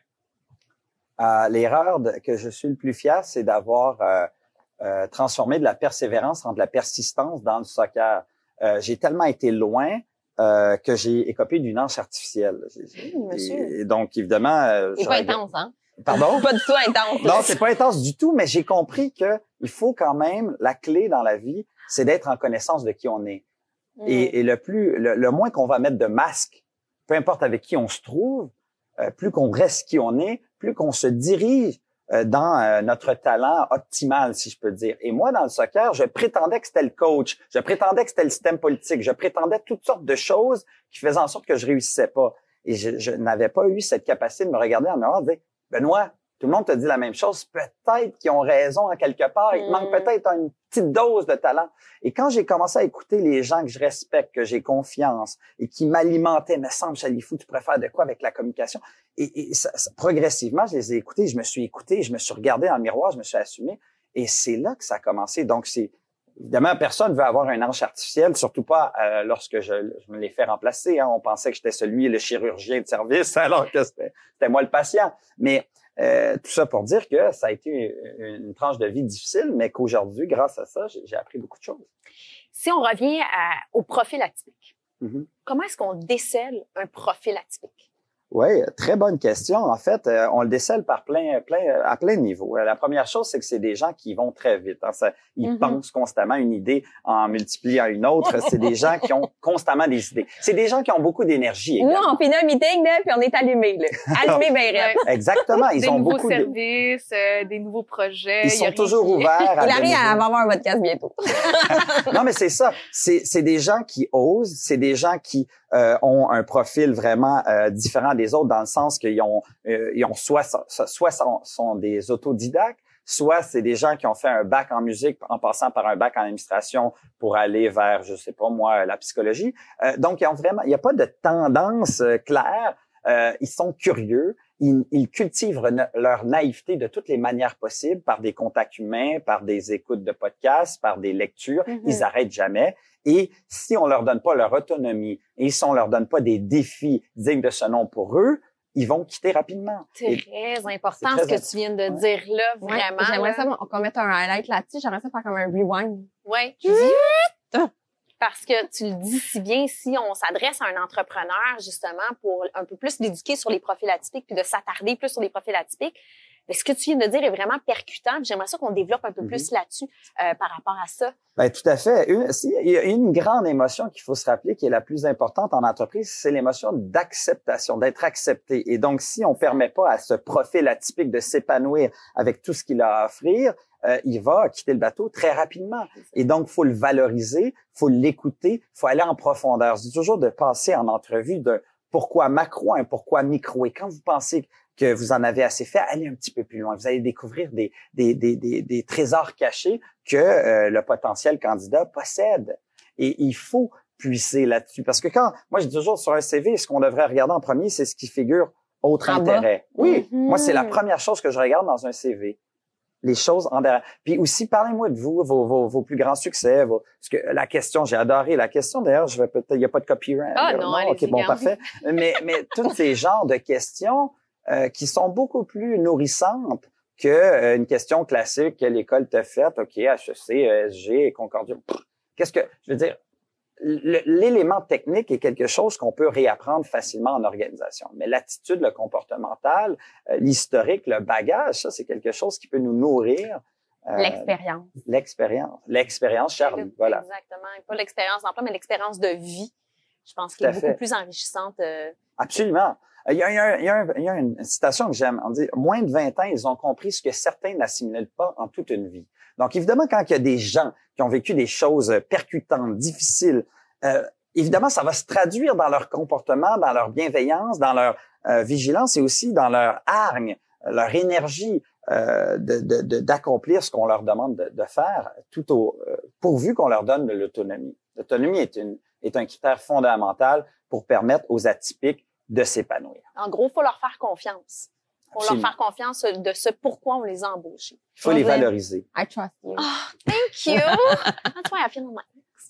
Euh, l'erreur de- que je suis le plus fier, c'est d'avoir euh, euh, transformé de la persévérance en de la persistance dans le soccer. Euh, j'ai tellement été loin euh, que j'ai écopé d'une anse artificielle. J'ai- j'ai- Oui, monsieur. et, et donc, évidemment... Euh, C'est je pas regrette- intense, hein? Pardon? Pas du tout intense. Non, c'est pas intense du tout, mais j'ai compris que il faut quand même, la clé dans la vie, c'est d'être en connaissance de qui on est. Et, et le plus, le, le moins qu'on va mettre de masque, peu importe avec qui on se trouve, euh, plus qu'on reste qui on est, plus qu'on se dirige euh, dans euh, notre talent optimal, si je peux dire. Et moi, dans le soccer, je prétendais que c'était le coach, je prétendais que c'était le système politique, je prétendais toutes sortes de choses qui faisaient en sorte que je réussissais pas. Et je, je n'avais pas eu cette capacité de me regarder en miroir et de dire, Benoît, tout le monde te dit la même chose, peut-être qu'ils ont raison en quelque part, il te manque Mm. peut-être une petite dose de talent. Et quand j'ai commencé à écouter les gens que je respecte, que j'ai confiance et qui m'alimentaient, me semble, Chalifou, tu préfères de quoi avec la communication? Et, et ça, ça, progressivement, je les ai écoutés, je me suis écouté, je me suis regardé dans le miroir, je me suis assumé. Et c'est là que ça a commencé. Donc, c'est évidemment, personne ne veut avoir un ange artificiel, surtout pas euh, lorsque je, je me l'ai fait remplacer. Hein. On pensait que j'étais celui, le chirurgien de service, alors que c'était, c'était moi le patient. Mais Euh, tout ça pour dire que ça a été une, une tranche de vie difficile, mais qu'aujourd'hui, grâce à ça, j'ai, j'ai appris beaucoup de choses. Si on revient à- au profil atypique, Mm-hmm. comment est-ce qu'on décèle un profil atypique? Oui, très bonne question. En fait, euh, on le décèle par plein, plein, à plein de niveaux. La première chose, c'est que c'est des gens qui vont très vite. Hein. Ça, ils mm-hmm. pensent constamment une idée en multipliant une autre. C'est des gens qui ont constamment des idées. C'est des gens qui ont beaucoup d'énergie. Nous, on finit un meeting, là, puis on est allumés, là. Allumés, ben raide. Exactement. Ils des ont nouveaux beaucoup services, de... euh, des nouveaux projets. Ils sont toujours qui... ouverts. Il arrive à avoir un podcast bientôt. Non, mais c'est ça. C'est, c'est des gens qui osent. C'est des gens qui euh, ont un profil vraiment euh, différent des autres dans le sens qu'ils ont, euh, ils ont soit, soit sont, sont des autodidactes, soit c'est des gens qui ont fait un bac en musique en passant par un bac en administration pour aller vers, je sais pas moi, la psychologie. Euh, donc, ils ont vraiment, il n'y a pas de tendance euh, claire. Euh, ils sont curieux. Ils, ils cultivent leur naïveté de toutes les manières possibles, par des contacts humains, par des écoutes de podcasts, par des lectures. Mm-hmm. Ils arrêtent jamais. Et si on leur donne pas leur autonomie et si on leur donne pas des défis dignes de ce nom pour eux, ils vont quitter rapidement. C'est et très important très ce que important. Tu viens de ouais. dire là, vraiment. Ouais, j'aimerais là. ça qu'on mette un highlight là-dessus. J'aimerais ça faire comme un rewind. Oui. Parce que tu le dis si bien, si on s'adresse à un entrepreneur, justement, pour un peu plus l'éduquer sur les profils atypiques puis de s'attarder plus sur les profils atypiques, mais ce que tu viens de dire est vraiment percutant. J'aimerais ça qu'on développe un peu mm-hmm. plus là-dessus euh, par rapport à ça. Ben tout à fait. Une, si, il y a une grande émotion qu'il faut se rappeler qui est la plus importante en entreprise, c'est l'émotion d'acceptation, d'être accepté. Et donc, si on permet pas à ce profil atypique de s'épanouir avec tout ce qu'il a à offrir, euh, il va quitter le bateau très rapidement. Et donc, faut le valoriser, faut l'écouter, faut aller en profondeur. Je dis toujours de passer en entrevue d'un pourquoi macro à un pourquoi micro. Et quand vous pensez que vous en avez assez fait, allez un petit peu plus loin. Vous allez découvrir des, des, des, des, des trésors cachés que euh, le potentiel candidat possède. Et il faut puiser là-dessus. Parce que quand, moi, je dis toujours sur un C V, ce qu'on devrait regarder en premier, c'est ce qui figure autre en intérêt. Bas. Oui, mm-hmm. moi, c'est la première chose que je regarde dans un C V. Les choses en derrière. Puis aussi, parlez-moi de vous, vos, vos, vos plus grands succès. Vos, parce que la question, j'ai adoré la question. D'ailleurs, je vais peut-être, il n'y a pas de copyright. Ah non, non ok, bon, parfait. Mais, mais tous ces genres de questions euh, qui sont beaucoup plus nourrissantes que euh, une question classique, quelle école t'as faite? OK, H E C, E S G, Concordia. Pff, qu'est-ce que, je veux dire, le, l'élément technique est quelque chose qu'on peut réapprendre facilement en organisation. Mais l'attitude, le comportemental, euh, l'historique, le bagage, ça, c'est quelque chose qui peut nous nourrir. Euh, l'expérience. L'expérience. L'expérience, Charlie, voilà. Exactement. Pas l'expérience d'emploi, mais l'expérience de vie. Je pense qu'elle est beaucoup plus enrichissante. Euh... Absolument. Il y, a, il, y a un, il, y a un, il y a une citation que j'aime. On dit, moins de vingt ans, ils ont compris ce que certains n'assimilent pas en toute une vie. Donc, évidemment, quand il y a des gens qui ont vécu des choses percutantes, difficiles, euh, évidemment, ça va se traduire dans leur comportement, dans leur bienveillance, dans leur euh, vigilance et aussi dans leur hargne, leur énergie euh, de, de, de, d'accomplir ce qu'on leur demande de, de faire, tout au euh, pourvu qu'on leur donne de l'autonomie. L'autonomie est, une, est un critère fondamental pour permettre aux atypiques de s'épanouir. En gros, il faut leur faire confiance. Il faut leur faire confiance de ce pourquoi on les a embauchés. Il faut les valoriser. I trust you. Oh, thank you. That's why I feel my next.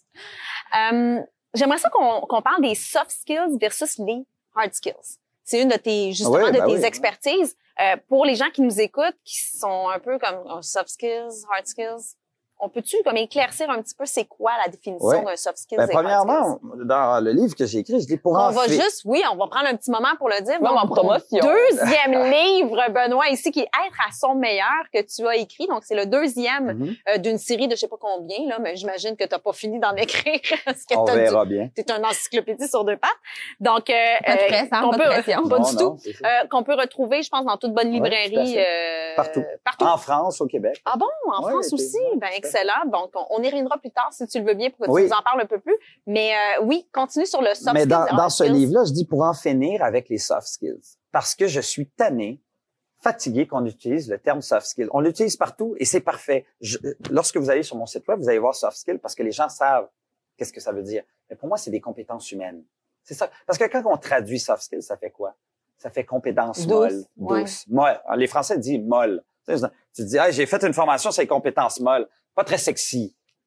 Um, j'aimerais ça qu'on, qu'on parle des soft skills versus les hard skills. C'est une de tes, justement, oui, de ben tes oui, expertises. Euh, pour les gens qui nous écoutent, qui sont un peu comme oh, soft skills, hard skills, on peut-tu comme éclaircir un petit peu c'est quoi la définition ouais. d'un soft skills? Ben, premièrement, dans le livre que j'ai écrit, je dis pour en On va fait... juste, oui, on va prendre un petit moment pour le dire. Bon, en promotion. Deuxième livre, Benoît, ici, qui est Être à son meilleur, que tu as écrit. Donc, c'est le deuxième mm-hmm. euh, d'une série de je sais pas combien, là, mais j'imagine que t'as pas fini d'en écrire. Parce que on t'as verra du, bien. T'es un encyclopédie sur deux pattes. Donc, euh, pas de pression, euh, qu'on pas peut, de pression. Pas non, du non, tout. Euh, qu'on peut retrouver, je pense, dans toute bonne librairie. Ouais, euh, partout. Partout. En France, au Québec. Ah bon? En ouais, France aussi? Ben, excellent. Donc, on, on y reviendra plus tard si tu le veux bien pour que oui. tu nous en parles un peu plus. Mais euh, oui, continue sur le soft Mais skills. dans, dans ce skills. livre-là, je dis pour en finir avec les soft skills. Parce que je suis tanné, fatigué qu'on utilise le terme soft skills. On l'utilise partout et c'est parfait. Je, lorsque vous allez sur mon site web, vous allez voir soft skills parce que les gens savent qu'est-ce que ça veut dire. Mais pour moi, c'est des compétences humaines. C'est ça. Parce que quand on traduit soft skills, ça fait quoi? Ça fait compétences molles, douces. Ouais. Molle. Les Français disent molle. Tu te dis, ah, j'ai fait une formation sur les compétences molles. Pas très sexy.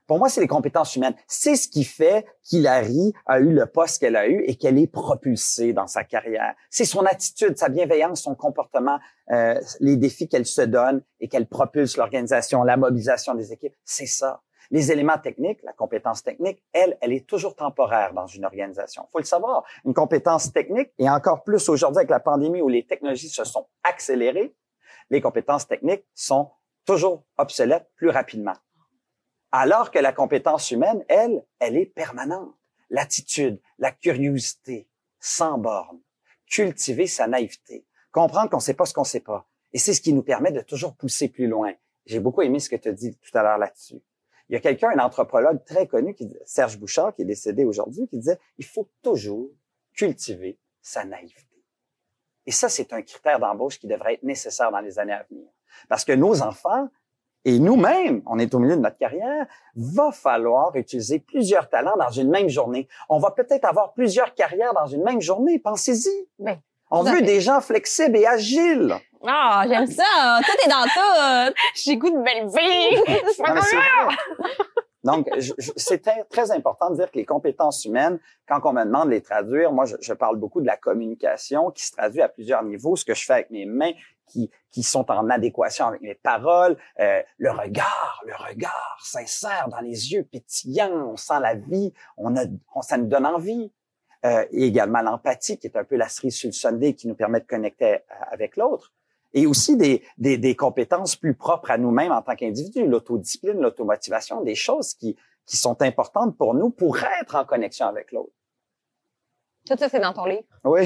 Pour moi, c'est les compétences humaines. C'est ce qui fait qu'Hilary a eu le poste qu'elle a eu et qu'elle est propulsée dans sa carrière. C'est son attitude, sa bienveillance, son comportement, euh, les défis qu'elle se donne et qu'elle propulse l'organisation, la mobilisation des équipes. C'est ça. Les éléments techniques, la compétence technique, elle, elle est toujours temporaire dans une organisation. Il faut le savoir. Une compétence technique, et encore plus aujourd'hui avec la pandémie où les technologies se sont accélérées, les compétences techniques sont toujours obsolètes plus rapidement. Alors que la compétence humaine, elle, elle est permanente. L'attitude, la curiosité, sans borne, cultiver sa naïveté, comprendre qu'on ne sait pas ce qu'on ne sait pas. Et c'est ce qui nous permet de toujours pousser plus loin. J'ai beaucoup aimé ce que tu as dit tout à l'heure là-dessus. Il y a quelqu'un, un anthropologue très connu, qui, Serge Bouchard, qui est décédé aujourd'hui, qui disait « Il faut toujours cultiver sa naïveté ». Et ça, c'est un critère d'embauche qui devrait être nécessaire dans les années à venir. Parce que nos enfants, et nous-mêmes, on est au milieu de notre carrière, va falloir utiliser plusieurs talents dans une même journée. On va peut-être avoir plusieurs carrières dans une même journée. Pensez-y. Ben, on veut des gens flexibles et agiles. Ah, j'aime ça. Tout est dans tout. J'ai goût de belle vie. Non, mais c'est vrai. Donc, je, je, c'est très important de dire que les compétences humaines, quand on me demande de les traduire, moi, je, je parle beaucoup de la communication qui se traduit à plusieurs niveaux, ce que je fais avec mes mains, qui, qui sont en adéquation avec mes paroles, euh, le regard, le regard sincère dans les yeux pétillants, on sent la vie, on a, on, ça nous donne envie. Euh, et également l'empathie, qui est un peu la cerise sur le sundae, qui nous permet de connecter avec l'autre. Et aussi des, des, des compétences plus propres à nous-mêmes en tant qu'individus, l'autodiscipline, l'automotivation, des choses qui, qui sont importantes pour nous pour être en connexion avec l'autre. Tout ça, c'est dans ton livre? Oui.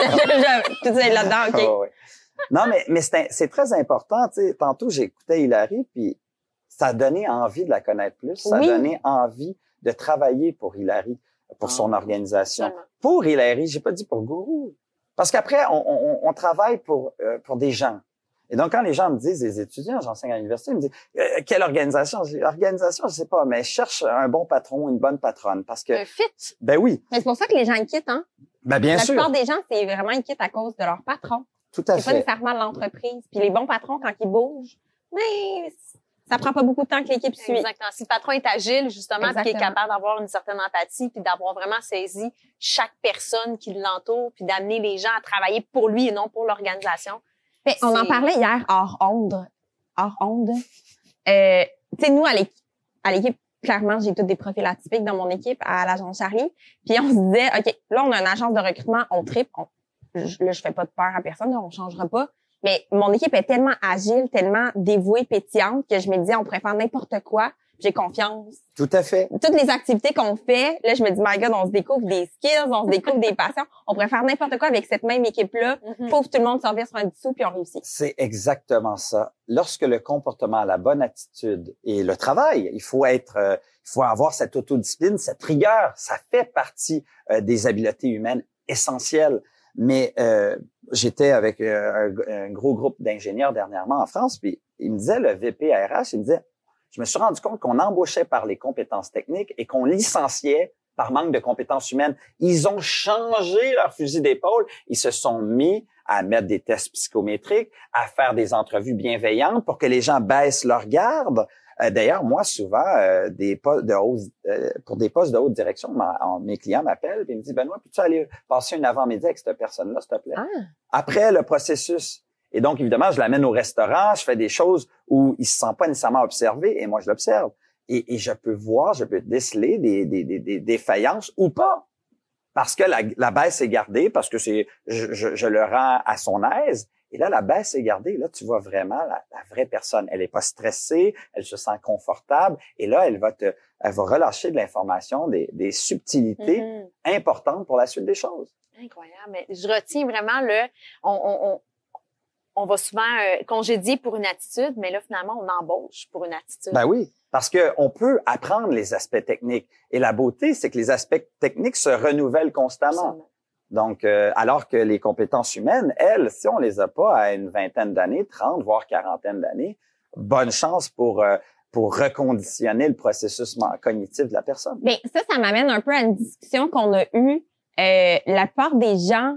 Tout ça est là-dedans, OK. Oh, oui. Non, mais, mais c'est, c'est très important. Tu sais, tantôt, j'écoutais Hilary, puis ça a donné envie de la connaître plus. Ça Oui. a donné envie de travailler pour Hilary, pour son organisation. Absolument. Pour Hilary, j'ai pas dit pour Gourou. Parce qu'après, on, on, on travaille pour euh, pour des gens. Et donc, quand les gens me disent, les étudiants, j'enseigne à l'université, ils me disent, euh, quelle organisation? Je dis, organisation, je sais pas, mais je cherche un bon patron, une bonne patronne. Parce que, Un fit. ben oui, Mais c'est pour ça que les gens quittent, hein? ben bien La sûr, plupart des gens, c'est vraiment ils quittent à cause de leur patron. tout à C'est pas fait. nécessairement l'entreprise. Puis les bons patrons, quand ils bougent, mais ça prend pas beaucoup de temps que l'équipe suit. Exactement. Si le patron est agile, justement, puis qu'il est Exactement. capable d'avoir une certaine empathie, puis d'avoir vraiment saisi chaque personne qui l'entoure, puis d'amener les gens à travailler pour lui et non pour l'organisation. Mais on en C'est- parlait hier hors onde. Hors onde. Euh, tu sais, nous, à l'équipe, à l'équipe, clairement, j'ai tous des profils atypiques dans mon équipe à l'agence Charlie. Puis on se disait, OK, là, on a une agence de recrutement, on tripe. On, je, là, je fais pas de peur à personne, là, on changera pas. Mais mon équipe est tellement agile, tellement dévouée, pétillante, que je me disais, on pourrait faire n'importe quoi. J'ai confiance. Tout à fait. Toutes les activités qu'on fait, là, je me dis, my God, on se découvre des skills, on se découvre des passions. On pourrait faire n'importe quoi avec cette même équipe-là. Mhm. Pauvre tout le monde servir sur un dessous, puis on réussit. C'est exactement ça. Lorsque le comportement, la bonne attitude et le travail, il faut être, euh, il faut avoir cette autodiscipline, cette rigueur. Ça fait partie euh, des habiletés humaines essentielles. Mais euh, j'étais avec euh, un, un gros groupe d'ingénieurs dernièrement en France, puis il me disait, le V P R H, il me disait, je me suis rendu compte qu'on embauchait par les compétences techniques et qu'on licenciait par manque de compétences humaines. Ils ont changé leur fusil d'épaule. Ils se sont mis à mettre des tests psychométriques, à faire des entrevues bienveillantes pour que les gens baissent leur garde. Euh, d'ailleurs, moi, souvent, euh, des postes de haute, euh, pour des postes de haute direction, ma, en, mes clients m'appellent et me disent, Benoît, peux-tu aller passer une avant-midi avec cette personne-là, s'il te plaît? Ah. Après le processus. Et donc, évidemment, je l'amène au restaurant, je fais des choses où il se sent pas nécessairement observé et moi, je l'observe. Et, et je peux voir, je peux déceler des, des, des, des défaillances ou pas. Parce que la, la baisse est gardée, parce que c'est, je, je, je le rends à son aise. Et là, la baisse est gardée. Là, tu vois vraiment la, la vraie personne. Elle est pas stressée, elle se sent confortable. Et là, elle va te, elle va relâcher de l'information, des, des subtilités Mhm. importantes pour la suite des choses. Incroyable. Mais je retiens vraiment le, on, on, on, on va souvent euh, congédier pour une attitude, mais là, finalement, on embauche pour une attitude. Ben oui, parce que on peut apprendre les aspects techniques. Et la beauté, c'est que les aspects techniques se renouvellent constamment. Absolument. Donc, euh, alors que les compétences humaines, elles, si on les a pas à une vingtaine d'années, trente, voire quarantaine d'années, bonne chance pour euh, pour reconditionner le processus cognitif de la personne. Bien, ça, ça m'amène un peu à une discussion qu'on a eue. Euh, la plupart des gens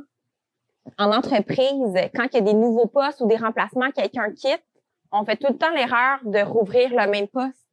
en entreprise, quand il y a des nouveaux postes ou des remplacements, quelqu'un quitte, on fait tout le temps l'erreur de rouvrir le même poste.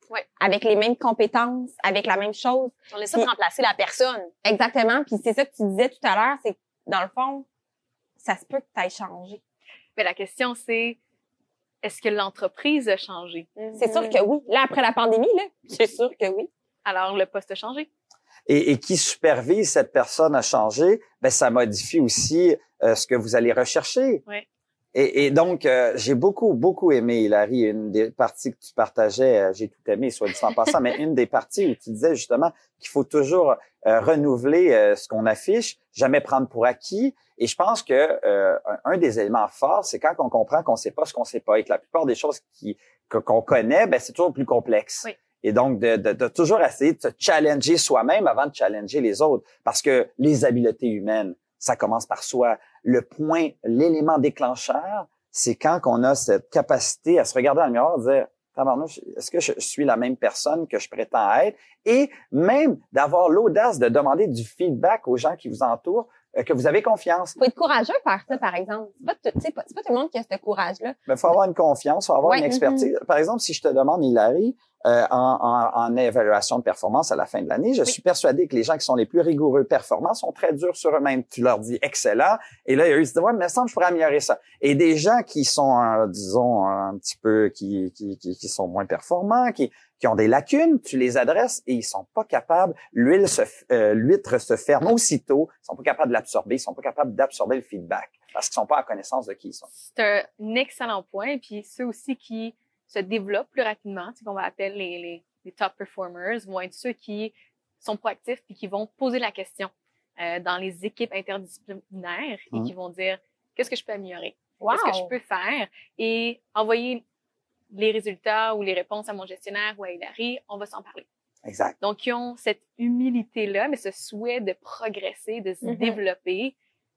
Ouais. avec les mêmes compétences, avec la même chose. On essaie de remplacer la personne. Exactement. Puis c'est ça que tu disais tout à l'heure, c'est que dans le fond, ça se peut que tu ailles changer. Mais la question, c'est, est-ce que l'entreprise a changé? C'est sûr que oui. Là, après la pandémie, là, c'est sûr que oui. Alors, le poste a changé? Et, et qui supervise cette personne à changer, ben ça modifie aussi euh, ce que vous allez rechercher. Ouais. Et, et donc, euh, j'ai beaucoup, beaucoup aimé, Hilary, une des parties que tu partageais, euh, j'ai tout aimé, soit dit en passant, mais une des parties où tu disais justement qu'il faut toujours euh, renouveler euh, ce qu'on affiche, jamais prendre pour acquis. Et je pense que euh, un, un des éléments forts, c'est quand on comprend qu'on sait pas ce qu'on sait pas et que la plupart des choses qui que, qu'on connaît, ben c'est toujours plus complexe. Oui. Et donc, de, de, de toujours essayer de se challenger soi-même avant de challenger les autres. Parce que les habiletés humaines, ça commence par soi. Le point, l'élément déclencheur, c'est quand on a cette capacité à se regarder dans le miroir et dire « Tabarnouche, est-ce que je suis la même personne que je prétends être? » Et même d'avoir l'audace de demander du feedback aux gens qui vous entourent, euh, que vous avez confiance. Faut être courageux de faire ça, par exemple. C'est pas, tout, c'est pas, c'est pas tout le monde qui a ce courage-là. Mais faut avoir une confiance, faut avoir Ouais, une expertise. mm-hmm. Par exemple, si je te demande, Hilary, euh, en, en, en évaluation de performance à la fin de l'année, je Oui. suis persuadé que les gens qui sont les plus rigoureux performants sont très durs sur eux-mêmes. Tu leur dis excellent, et là, eux, ils se disent ouais, mais il me semble que je pourrais améliorer ça. Et des gens qui sont, euh, disons, un petit peu, qui, qui, qui, qui sont moins performants, qui, qui ont des lacunes, tu les adresses et ils sont pas capables. L'huile se, euh, l'huître se ferme aussitôt. Ils sont pas capables de l'absorber. Ils sont pas capables d'absorber le feedback parce qu'ils sont pas à connaissance de qui ils sont. C'est un excellent point. Puis ceux aussi qui se développent plus rapidement, ce qu'on va appeler les, les, les top performers, vont être ceux qui sont proactifs puis qui vont poser la question euh, dans les équipes interdisciplinaires et Mmh. qui vont dire qu'est-ce que je peux améliorer, Wow. qu'est-ce que je peux faire et envoyer les résultats ou les réponses à mon gestionnaire ou à Hilary, on va s'en parler. Exact. Donc, ils ont cette humilité-là, mais ce souhait de progresser, de se Mm-hmm. développer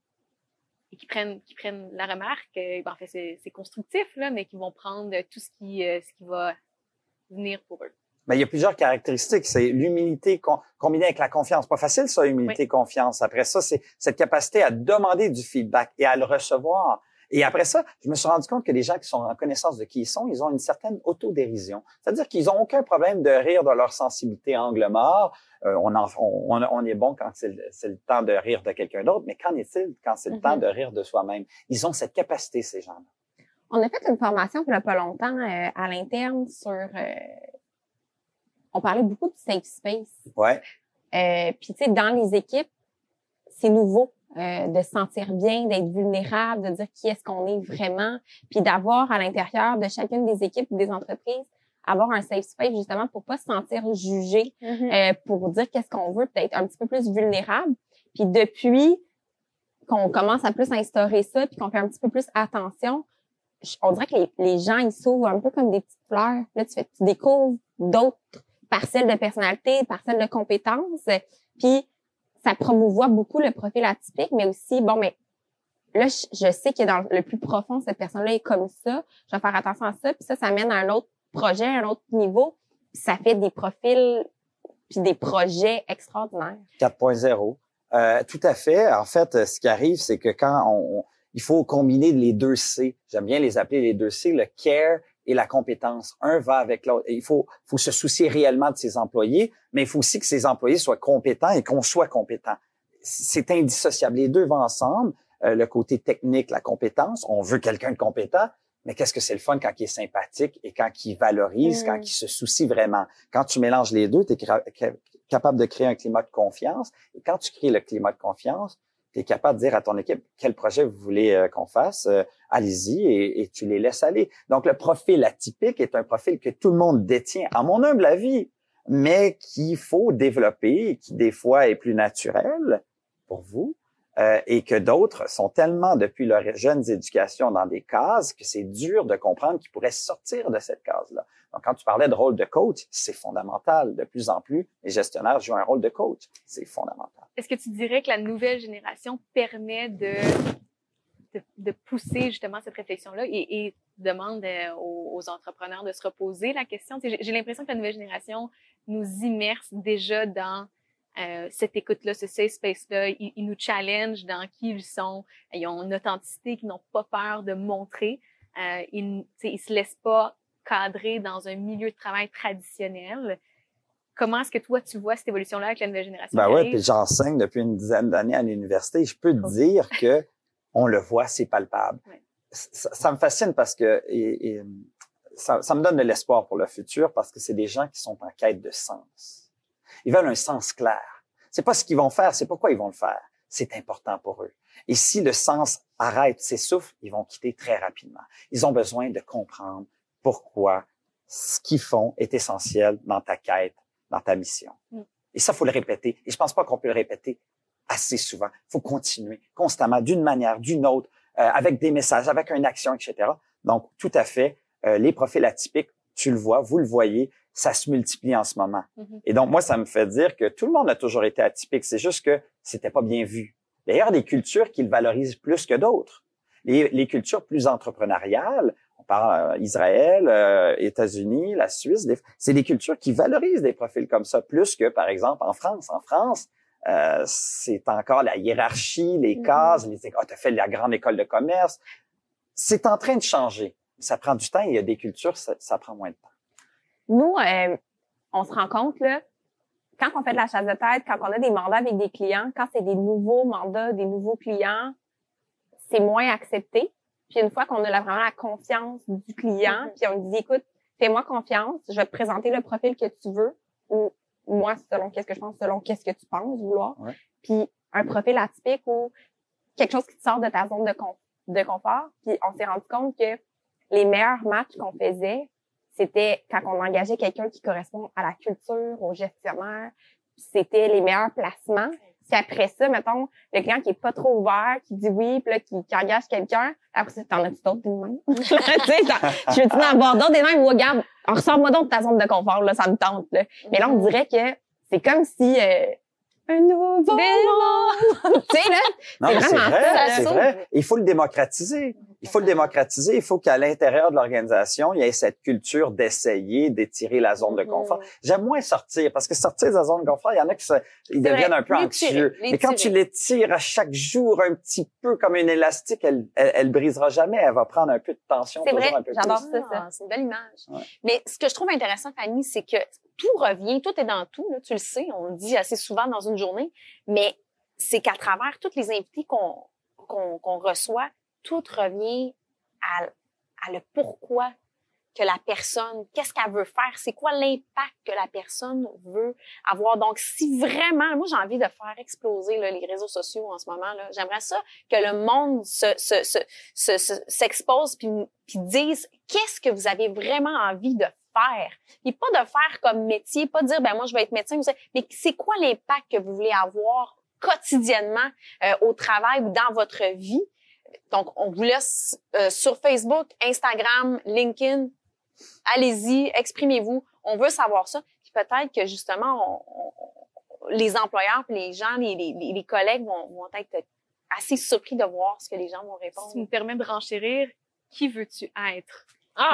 et qui prennent, qui prennent la remarque. Euh, ben, en fait, c'est, c'est constructif, là, mais qui vont prendre tout ce qui, euh, ce qui va venir pour eux. Mais il y a plusieurs caractéristiques. C'est l'humilité com- combinée avec la confiance. Pas facile, ça, humilité, Oui. confiance. Après ça, c'est cette capacité à demander du feedback et à le recevoir. Et après ça, je me suis rendu compte que les gens qui sont en connaissance de qui ils sont, ils ont une certaine autodérision. C'est-à-dire qu'ils n'ont aucun problème de rire de leur sensibilité angle mort. Euh, on, en, on, on est bon quand c'est le, c'est le temps de rire de quelqu'un d'autre, mais qu'en est-il quand c'est le Mm-hmm. temps de rire de soi-même? Ils ont cette capacité, ces gens-là. On a fait une formation il n'y a pas longtemps euh, à l'interne sur... Euh, on parlait beaucoup de safe space. Ouais. Euh, Puis, tu sais, dans les équipes, c'est nouveau euh, de se sentir bien, d'être vulnérable, de dire qui est-ce qu'on est vraiment, puis d'avoir à l'intérieur de chacune des équipes ou des entreprises, avoir un safe space justement pour pas se sentir jugé, Mm-hmm. euh, pour dire qu'est-ce qu'on veut, peut-être un petit peu plus vulnérable. Puis depuis qu'on commence à plus instaurer ça, puis qu'on fait un petit peu plus attention, je- on dirait que les, les gens, ils s'ouvrent un peu comme des petites fleurs. Là, tu, fais, tu découvres d'autres parcelles de personnalité, parcelles de compétences, puis ça promouvoit beaucoup le profil atypique, mais aussi, bon, mais là, je, je sais que dans le plus profond, cette personne-là est comme ça, je vais faire attention à ça, puis ça, ça mène à un autre projet, à un autre niveau, puis ça fait des profils puis des projets extraordinaires. quatre point zéro. Euh, tout à fait. En fait, ce qui arrive, c'est que quand on, on- il faut combiner les deux C. J'aime bien les appeler les deux C, le care et la compétence. Un va avec l'autre. Et il faut, faut se soucier réellement de ses employés, mais il faut aussi que ses employés soient compétents et qu'on soit compétent. C'est indissociable. Les deux vont ensemble. Euh, le côté technique, la compétence. On veut quelqu'un de compétent, mais qu'est-ce que c'est le fun quand il est sympathique et quand il valorise, Mm. quand il se soucie vraiment. Quand tu mélanges les deux, tu es capable de créer un climat de confiance. Et quand tu crées le climat de confiance, tu es capable de dire à ton équipe quel projet vous voulez euh, qu'on fasse. Euh, allez-y et, et tu les laisses aller. Donc, le profil atypique est un profil que tout le monde détient, à mon humble avis, mais qu'il faut développer et qui, des fois, est plus naturel pour vous. Euh, et que d'autres sont tellement, depuis leurs jeunes éducations, dans des cases que c'est dur de comprendre qu'ils pourraient sortir de cette case-là. Donc, quand tu parlais de rôle de coach, c'est fondamental. De plus en plus, les gestionnaires jouent un rôle de coach. C'est fondamental. Est-ce que tu dirais que la nouvelle génération permet de, de, de pousser justement cette réflexion-là et, et demande euh, aux, aux entrepreneurs de se reposer la question? J'ai, j'ai l'impression que la nouvelle génération nous immerse déjà dans Euh, cette écoute-là, ce safe space-là, ils, ils nous challengent dans qui ils sont. Ils ont une authenticité qu'ils n'ont pas peur de montrer. Euh, ils, ils se laissent pas cadré dans un milieu de travail traditionnel. Comment est-ce que toi, tu vois cette évolution-là avec la nouvelle génération? Ben qui ouais, arrive? puis j'enseigne depuis une dizaine d'années à l'université. Je peux te Cool. dire que on le voit, c'est palpable. Ouais. Ça, ça me fascine parce que et, et, ça, ça me donne de l'espoir pour le futur parce que c'est des gens qui sont en quête de sens. Ils veulent un sens clair. C'est pas ce qu'ils vont faire, c'est pourquoi ils vont le faire. C'est important pour eux. Et si le sens arrête, s'essouffle, ils vont quitter très rapidement. Ils ont besoin de comprendre pourquoi ce qu'ils font est essentiel dans ta quête, dans ta mission. Mm. Et ça, faut le répéter. Et je pense pas qu'on peut le répéter assez souvent. Faut continuer constamment, d'une manière, d'une autre, euh, avec des messages, avec une action, et cetera. Donc, tout à fait, euh, les profils atypiques, tu le vois, vous le voyez, ça se multiplie en ce moment. Mm-hmm. Et donc, moi, ça me fait dire que tout le monde a toujours été atypique. C'est juste que c'était pas bien vu. D'ailleurs, des cultures qui le valorisent plus que d'autres. Les, les cultures plus entrepreneuriales, on parle euh, Israël, euh, États-Unis, la Suisse, des, c'est des cultures qui valorisent des profils comme ça plus que, par exemple, en France. En France, euh, c'est encore la hiérarchie, les Mm-hmm. cases, les écoles. Ah, t'as fait la grande école de commerce. C'est en train de changer. Ça prend du temps. Il y a des cultures, ça, ça prend moins de temps. Nous, euh, on se rend compte, là, quand on fait de la chasse de tête, quand on a des mandats avec des clients, quand c'est des nouveaux mandats, des nouveaux clients, c'est moins accepté. Puis une fois qu'on a la, vraiment la confiance du client, Mm-hmm. puis on lui dit, écoute, fais-moi confiance, je vais te présenter le profil que tu veux, ou moi, selon qu'est-ce que je pense, selon qu'est-ce que tu penses vouloir. Ouais. Puis un profil atypique ou quelque chose qui te sort de ta zone de, con- de confort. Puis on s'est rendu compte que les meilleurs matchs qu'on faisait, c'était quand on engageait quelqu'un qui correspond à la culture, au gestionnaire. C'était les meilleurs placements. Puis après ça, mettons, le client qui est pas trop ouvert, qui dit oui, puis là, qui, qui engage quelqu'un, après ça, t'en as-tu d'autres des mêmes? Tu sais, t'en- je veux-tu en avoir d'autres des mêmes? Ou regarde, ressors-moi donc de ta zone de confort, là, ça me tente, là. Mais là, on dirait que c'est comme si, euh, un nouveau monde! Tu sais, là, Non, c'est mais c'est vraiment vrai, ça, là. c'est vrai. Il faut le démocratiser. Il faut le démocratiser. Il faut qu'à l'intérieur de l'organisation, il y ait cette culture d'essayer, d'étirer la zone de confort. J'aime moins sortir parce que sortir de la zone de confort, il y en a qui se, ils deviennent vrai. un peu Les anxieux. tirer, les Mais quand tu tirer. les tires à chaque jour un petit peu comme une élastique, elle, elle, elle brisera jamais. Elle va prendre un peu de tension. C'est toujours vrai, un peu j'adore plus. ça, ça. Ah, c'est une belle image. Ouais. Mais ce que je trouve intéressant, Fanny, c'est que tout revient, tout est dans tout, là, tu le sais, on le dit assez souvent dans une journée, mais c'est qu'à travers toutes les invités qu'on qu'on qu'on reçoit, tout revient à, à le pourquoi que la personne, qu'est-ce qu'elle veut faire, c'est quoi l'impact que la personne veut avoir. Donc, si vraiment, moi, j'ai envie de faire exploser là, les réseaux sociaux en ce moment, là, j'aimerais ça que le monde se, se, se, se, se- s'expose puis, puis dise qu'est-ce que vous avez vraiment envie de faire. Et pas de faire comme métier, pas de dire, ben moi, je vais être médecin, vous savez, mais c'est quoi l'impact que vous voulez avoir quotidiennement euh, au travail ou dans votre vie. Donc, on vous laisse euh, sur Facebook, Instagram, LinkedIn. Allez-y, exprimez-vous. On veut savoir ça. Puis peut-être que justement, on, on, les employeurs, puis les gens, les, les, les collègues vont, vont être assez surpris de voir ce que les gens vont répondre. Si tu me permets de renchérir, qui veux-tu être?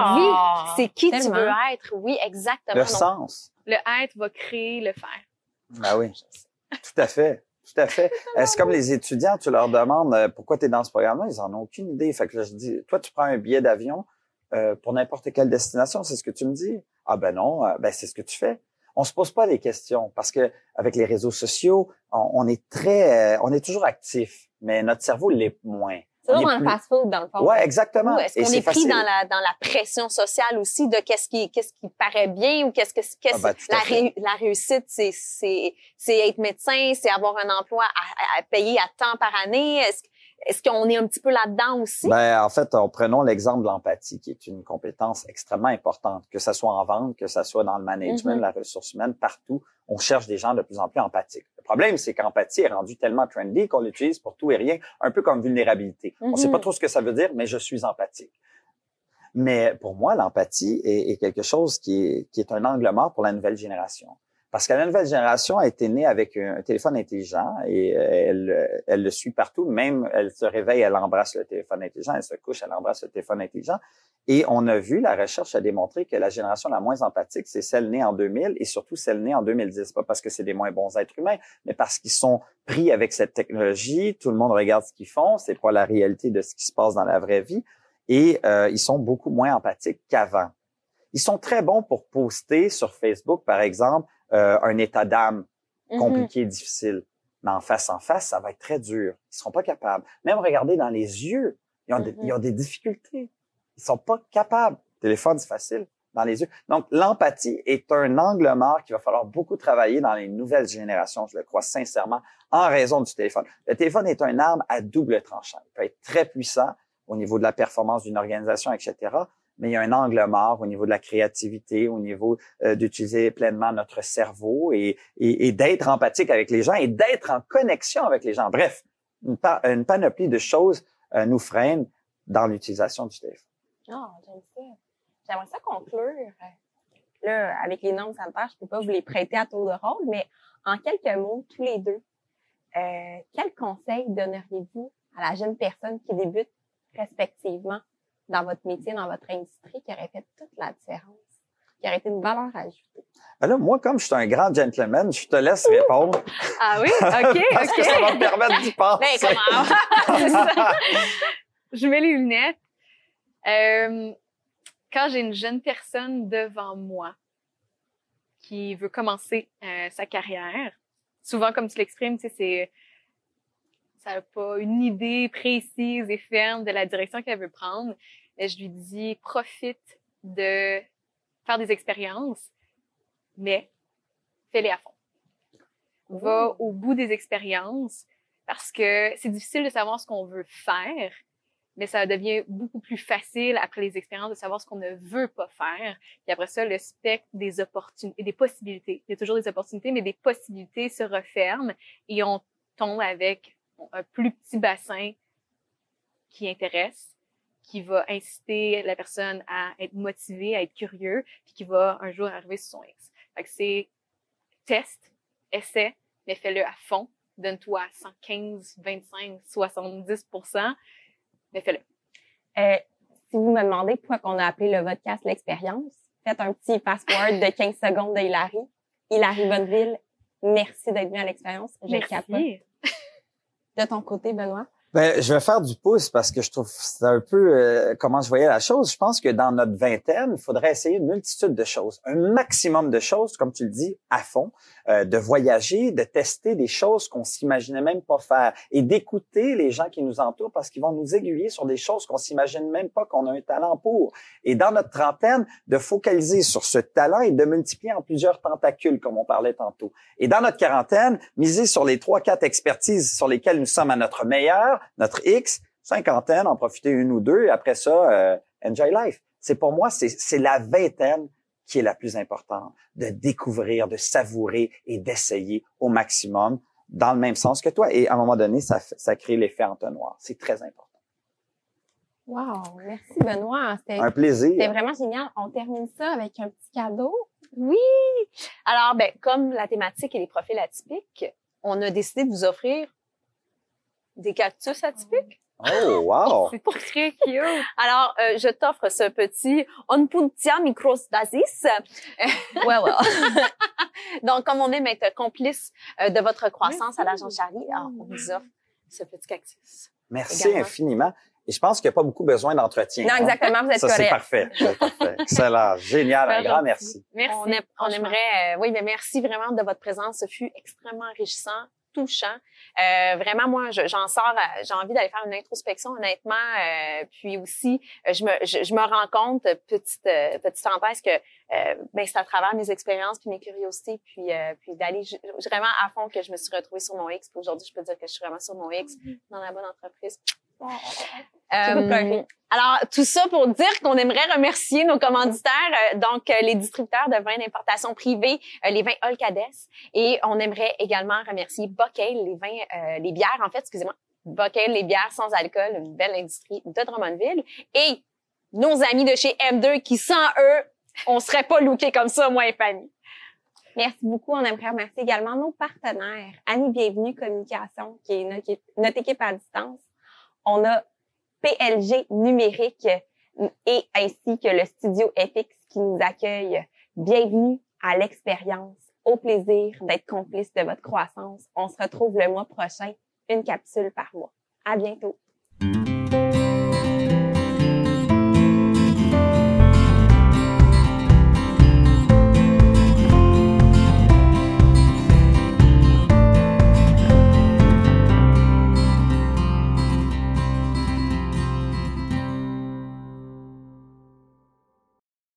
Ah, oui, c'est qui tellement. tu veux être. Oui, exactement. Le Donc, sens. Le être va créer le faire. Ben oui. Tout à fait. Tout à fait. Euh, C'est comme les étudiants, tu leur demandes euh, pourquoi tu es dans ce programme-là, ils en ont aucune idée. Fait que là, je dis, toi, tu prends un billet d'avion euh, pour n'importe quelle destination, c'est ce que tu me dis? Ah ben non, euh, ben c'est ce que tu fais. On se pose pas des questions parce que avec les réseaux sociaux, on, on est très, euh, on est toujours actif, mais notre cerveau l'est moins. C'est On toujours est dans le plus- fast-food, dans le fond. Ouais, exactement. Ou est-ce Et qu'on c'est est pris facile. dans la dans la pression sociale aussi de qu'est-ce qui qu'est-ce qui paraît bien ou qu'est-ce que qu'est-ce Ah ben, tout à la, fait. ré- la réussite c'est c'est c'est être médecin, c'est avoir un emploi à, à payer à temps par année. Est-ce est-ce qu'on est un petit peu là-dedans aussi? Ben, en fait, on- prenons l'exemple de l'empathie, qui est une compétence extrêmement importante, que ça soit en vente, que ça soit dans le management, Mhm. la ressource humaine, partout, on cherche des gens de plus en plus empathiques. Le problème, c'est qu'empathie est rendue tellement trendy qu'on l'utilise pour tout et rien, un peu comme vulnérabilité. On Mhm. sait pas trop ce que ça veut dire, mais je suis empathique. Mais pour moi, l'empathie est, est quelque chose qui est, qui est un angle mort pour la nouvelle génération. Parce que la nouvelle génération a été née avec un téléphone intelligent et elle, elle le suit partout. Même, elle se réveille, elle embrasse le téléphone intelligent. Elle se couche, elle embrasse le téléphone intelligent. Et on a vu, la recherche a démontré que la génération la moins empathique, c'est celle née en deux mille et surtout celle née en deux mille dix. Pas parce que c'est des moins bons êtres humains, mais parce qu'ils sont pris avec cette technologie. Tout le monde regarde ce qu'ils font. C'est pas la réalité de ce qui se passe dans la vraie vie. Et euh, ils sont beaucoup moins empathiques qu'avant. Ils sont très bons pour poster sur Facebook, par exemple, euh, un état d'âme compliqué, mm-hmm. difficile. Mais en face en face, ça va être très dur. Ils seront pas capables. Même regarder dans les yeux, ils ont, mm-hmm. des, ils ont des difficultés. Ils sont pas capables. Téléphone, c'est facile. Dans les yeux. Donc, l'empathie est un angle mort qu'il va falloir beaucoup travailler dans les nouvelles générations, je le crois sincèrement, en raison du téléphone. Le téléphone est une arme à double tranchant. Il peut être très puissant au niveau de la performance d'une organisation, et cetera, mais il y a un angle mort au niveau de la créativité, au niveau euh, d'utiliser pleinement notre cerveau et, et, et d'être empathique avec les gens et d'être en connexion avec les gens. Bref, une, pa- une panoplie de choses euh, nous freinent dans l'utilisation du téléphone. Ah, oh, j'aime ça. J'aimerais ça conclure. Là, avec les normes sanitaires, je peux pas vous les prêter à tour de rôle, mais en quelques mots, tous les deux, euh, quel conseil donneriez-vous à la jeune personne qui débute respectivement dans votre métier, dans votre industrie, qui aurait fait toute la différence, qui aurait été une valeur ajoutée? Ben là, moi, comme je suis un grand gentleman, je te laisse répondre. Ah oui? OK, Parce OK. que ça va me permettre d'y penser. Ben, comment? C'est ça. Je mets les lunettes. Euh, Quand j'ai une jeune personne devant moi qui veut commencer euh, sa carrière, souvent, comme tu l'exprimes, tu sais, c'est, ça n'a pas une idée précise et ferme de la direction qu'elle veut prendre. Et je lui dis, profite de faire des expériences, mais fais-les à fond. Va au bout des expériences parce que c'est difficile de savoir ce qu'on veut faire, mais ça devient beaucoup plus facile après les expériences de savoir ce qu'on ne veut pas faire. Puis après ça, le spectre des opportunités, des possibilités. Il y a toujours des opportunités, mais des possibilités se referment et on tombe avec un plus petit bassin qui intéresse, qui va inciter la personne à être motivée, à être curieux, puis qui va un jour arriver sur son X. Fait que c'est test, essaie, mais fais-le à fond. Donne-toi à cent quinze, vingt-cinq, soixante-dix pour cent. Mais fais-le. Euh, si vous me demandez pourquoi on a appelé le podcast l'expérience, faites un petit fast-forward de quinze secondes de Hilary. Hilary Bonneville, merci d'être venue à l'expérience. Je Merci. capote. De ton côté, Benoît? Ben, je vais faire du pouce parce que je trouve que c'est un peu euh, comment je voyais la chose. Je pense que dans notre vingtaine, il faudrait essayer une multitude de choses, un maximum de choses, comme tu le dis, à fond, euh, de voyager, de tester des choses qu'on s'imaginait même pas faire et d'écouter les gens qui nous entourent parce qu'ils vont nous aiguiller sur des choses qu'on s'imagine même pas qu'on a un talent pour. Et dans notre trentaine, de focaliser sur ce talent et de multiplier en plusieurs tentacules, comme on parlait tantôt. Et dans notre quarantaine, miser sur les trois, quatre expertises sur lesquelles nous sommes à notre meilleur, notre X, cinquantaine, en profiter une ou deux, et après ça, euh, enjoy life. C'est pour moi, c'est, c'est la vingtaine qui est la plus importante, de découvrir, de savourer et d'essayer au maximum dans le même sens que toi. Et à un moment donné, ça, ça crée l'effet entonnoir. C'est très important. Wow, merci Benoît. C'était, un plaisir. C'était vraiment génial. On termine ça avec un petit cadeau. Oui! Alors, ben, comme la thématique est les profils atypiques, on a décidé de vous offrir des cactus atypiques. Oh, wow! C'est très cute. Alors, euh, je t'offre ce petit Onpuntia microstasis. Ouais, ouais. Donc, comme on aime être complice euh, de votre croissance à l'Agence Charlie, alors on vous offre ce petit cactus. Merci également. Infiniment. Et je pense qu'il n'y a pas beaucoup besoin d'entretien. Non, hein? exactement, vous êtes Ça, correct. c'est parfait. C'est parfait. Excellent. Génial. Un grand merci. Merci. On, aime- on franchement. aimerait, euh, oui, mais merci vraiment de votre présence. Ce fut extrêmement enrichissant, touchant. Euh, vraiment, moi, je- j'en sors, euh, j'ai envie d'aller faire une introspection, honnêtement. Euh, puis aussi, euh, je me, je, je me rends compte, petite, euh, petite parenthèse, que euh, ben c'est à travers mes expériences puis mes curiosités, puis, euh, puis d'aller ju- vraiment à fond que je me suis retrouvée sur mon X. Puis aujourd'hui, je peux dire que je suis vraiment sur mon X, dans la bonne entreprise. Euh, alors, tout ça pour dire qu'on aimerait remercier nos commanditaires, euh, donc euh, les distributeurs de vins d'importation privée, euh, les vins Olcades, et on aimerait également remercier Bocale, les vins, euh, les bières, en fait, excusez-moi, Bocale, les bières sans alcool, une belle industrie de Drummondville, et nos amis de chez M deux qui, sans eux, on serait pas lookés comme ça, moi et Fanny. Merci beaucoup. On aimerait remercier également nos partenaires. Annie Bienvenue Communication, qui est notre, notre équipe à distance. On a P L G Numérique et ainsi que le studio F X qui nous accueille. Bienvenue à l'expérience. Au plaisir d'être complice de votre croissance. On se retrouve le mois prochain, une capsule par mois. À bientôt.